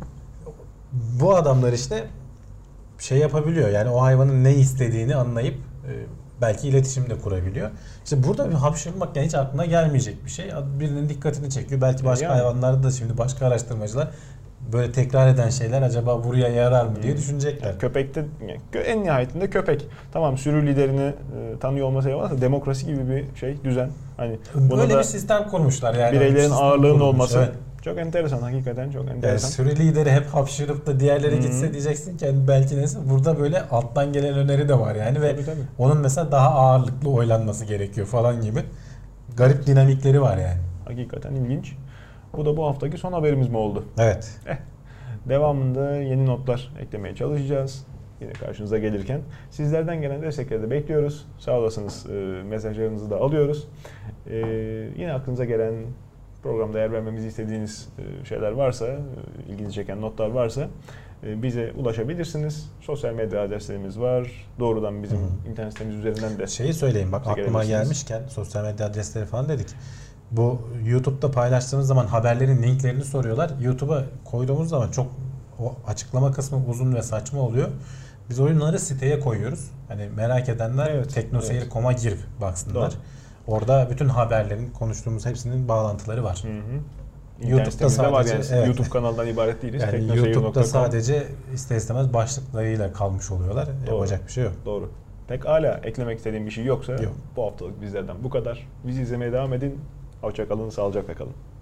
Bu adamlar işte şey yapabiliyor. Yani o hayvanın ne istediğini anlayıp belki iletişim de kurabiliyor. İşte burada bir hapşırmak yani hiç aklına gelmeyecek bir şey. Birinin dikkatini çekiyor. Belki başka hayvanlarda da şimdi başka araştırmacılar böyle tekrar eden şeyler acaba buraya yarar mı diye düşünecekler. Yani köpekte en nihayetinde köpek. Tamam, sürü liderini tanıyor olması eyvallah, demokrasi gibi bir şey, düzen. Hani böyle bir sistem kurmuşlar yani. Bireylerin ağırlığının olması Çok enteresan, hakikaten çok Yani enteresan. sürü lideri hep hapşırıp da diğerleri gitse diyeceksin ki hani belki neyse. Burada böyle alttan gelen öneri de var yani ve Tabii. onun mesela daha ağırlıklı oylanması gerekiyor falan gibi garip dinamikleri var yani. Hakikaten ilginç. Bu da bu haftaki son haberimiz mi oldu? Evet. Devamında yeni notlar eklemeye çalışacağız. Yine karşınıza gelirken. Sizlerden gelen destekleri de bekliyoruz. Sağ olasınız. Mesajlarınızı da alıyoruz. Yine aklınıza gelen, programda yer vermemizi istediğiniz şeyler varsa, ilginizi çeken notlar varsa bize ulaşabilirsiniz. Sosyal medya adreslerimiz var. Doğrudan bizim internet sitemiz üzerinden de. Şeyi söyleyeyim bak, aklıma gelmişken sosyal medya adresleri falan dedik. Bu YouTube'da paylaştığımız zaman haberlerin linklerini soruyorlar. YouTube'a koyduğumuz zaman çok o açıklama kısmı uzun ve saçma oluyor. Biz oyunları siteye koyuyoruz. Hani merak edenler teknoseyir.com'a girip baksınlar. Doğru. Orada bütün haberlerin, konuştuğumuz hepsinin bağlantıları var. YouTube'da sadece var yani. Evet. YouTube kanalından ibaret değiliz. Yani YouTube'da sadece ister istemez başlıklarıyla kalmış oluyorlar. Doğru. Yapacak bir şey yok. Doğru. Pek hala eklemek istediğim bir şey yoksa bu haftalık bizlerden bu kadar. Bizi izlemeye devam edin. Hoşça kalın, sağlıcakla kalın.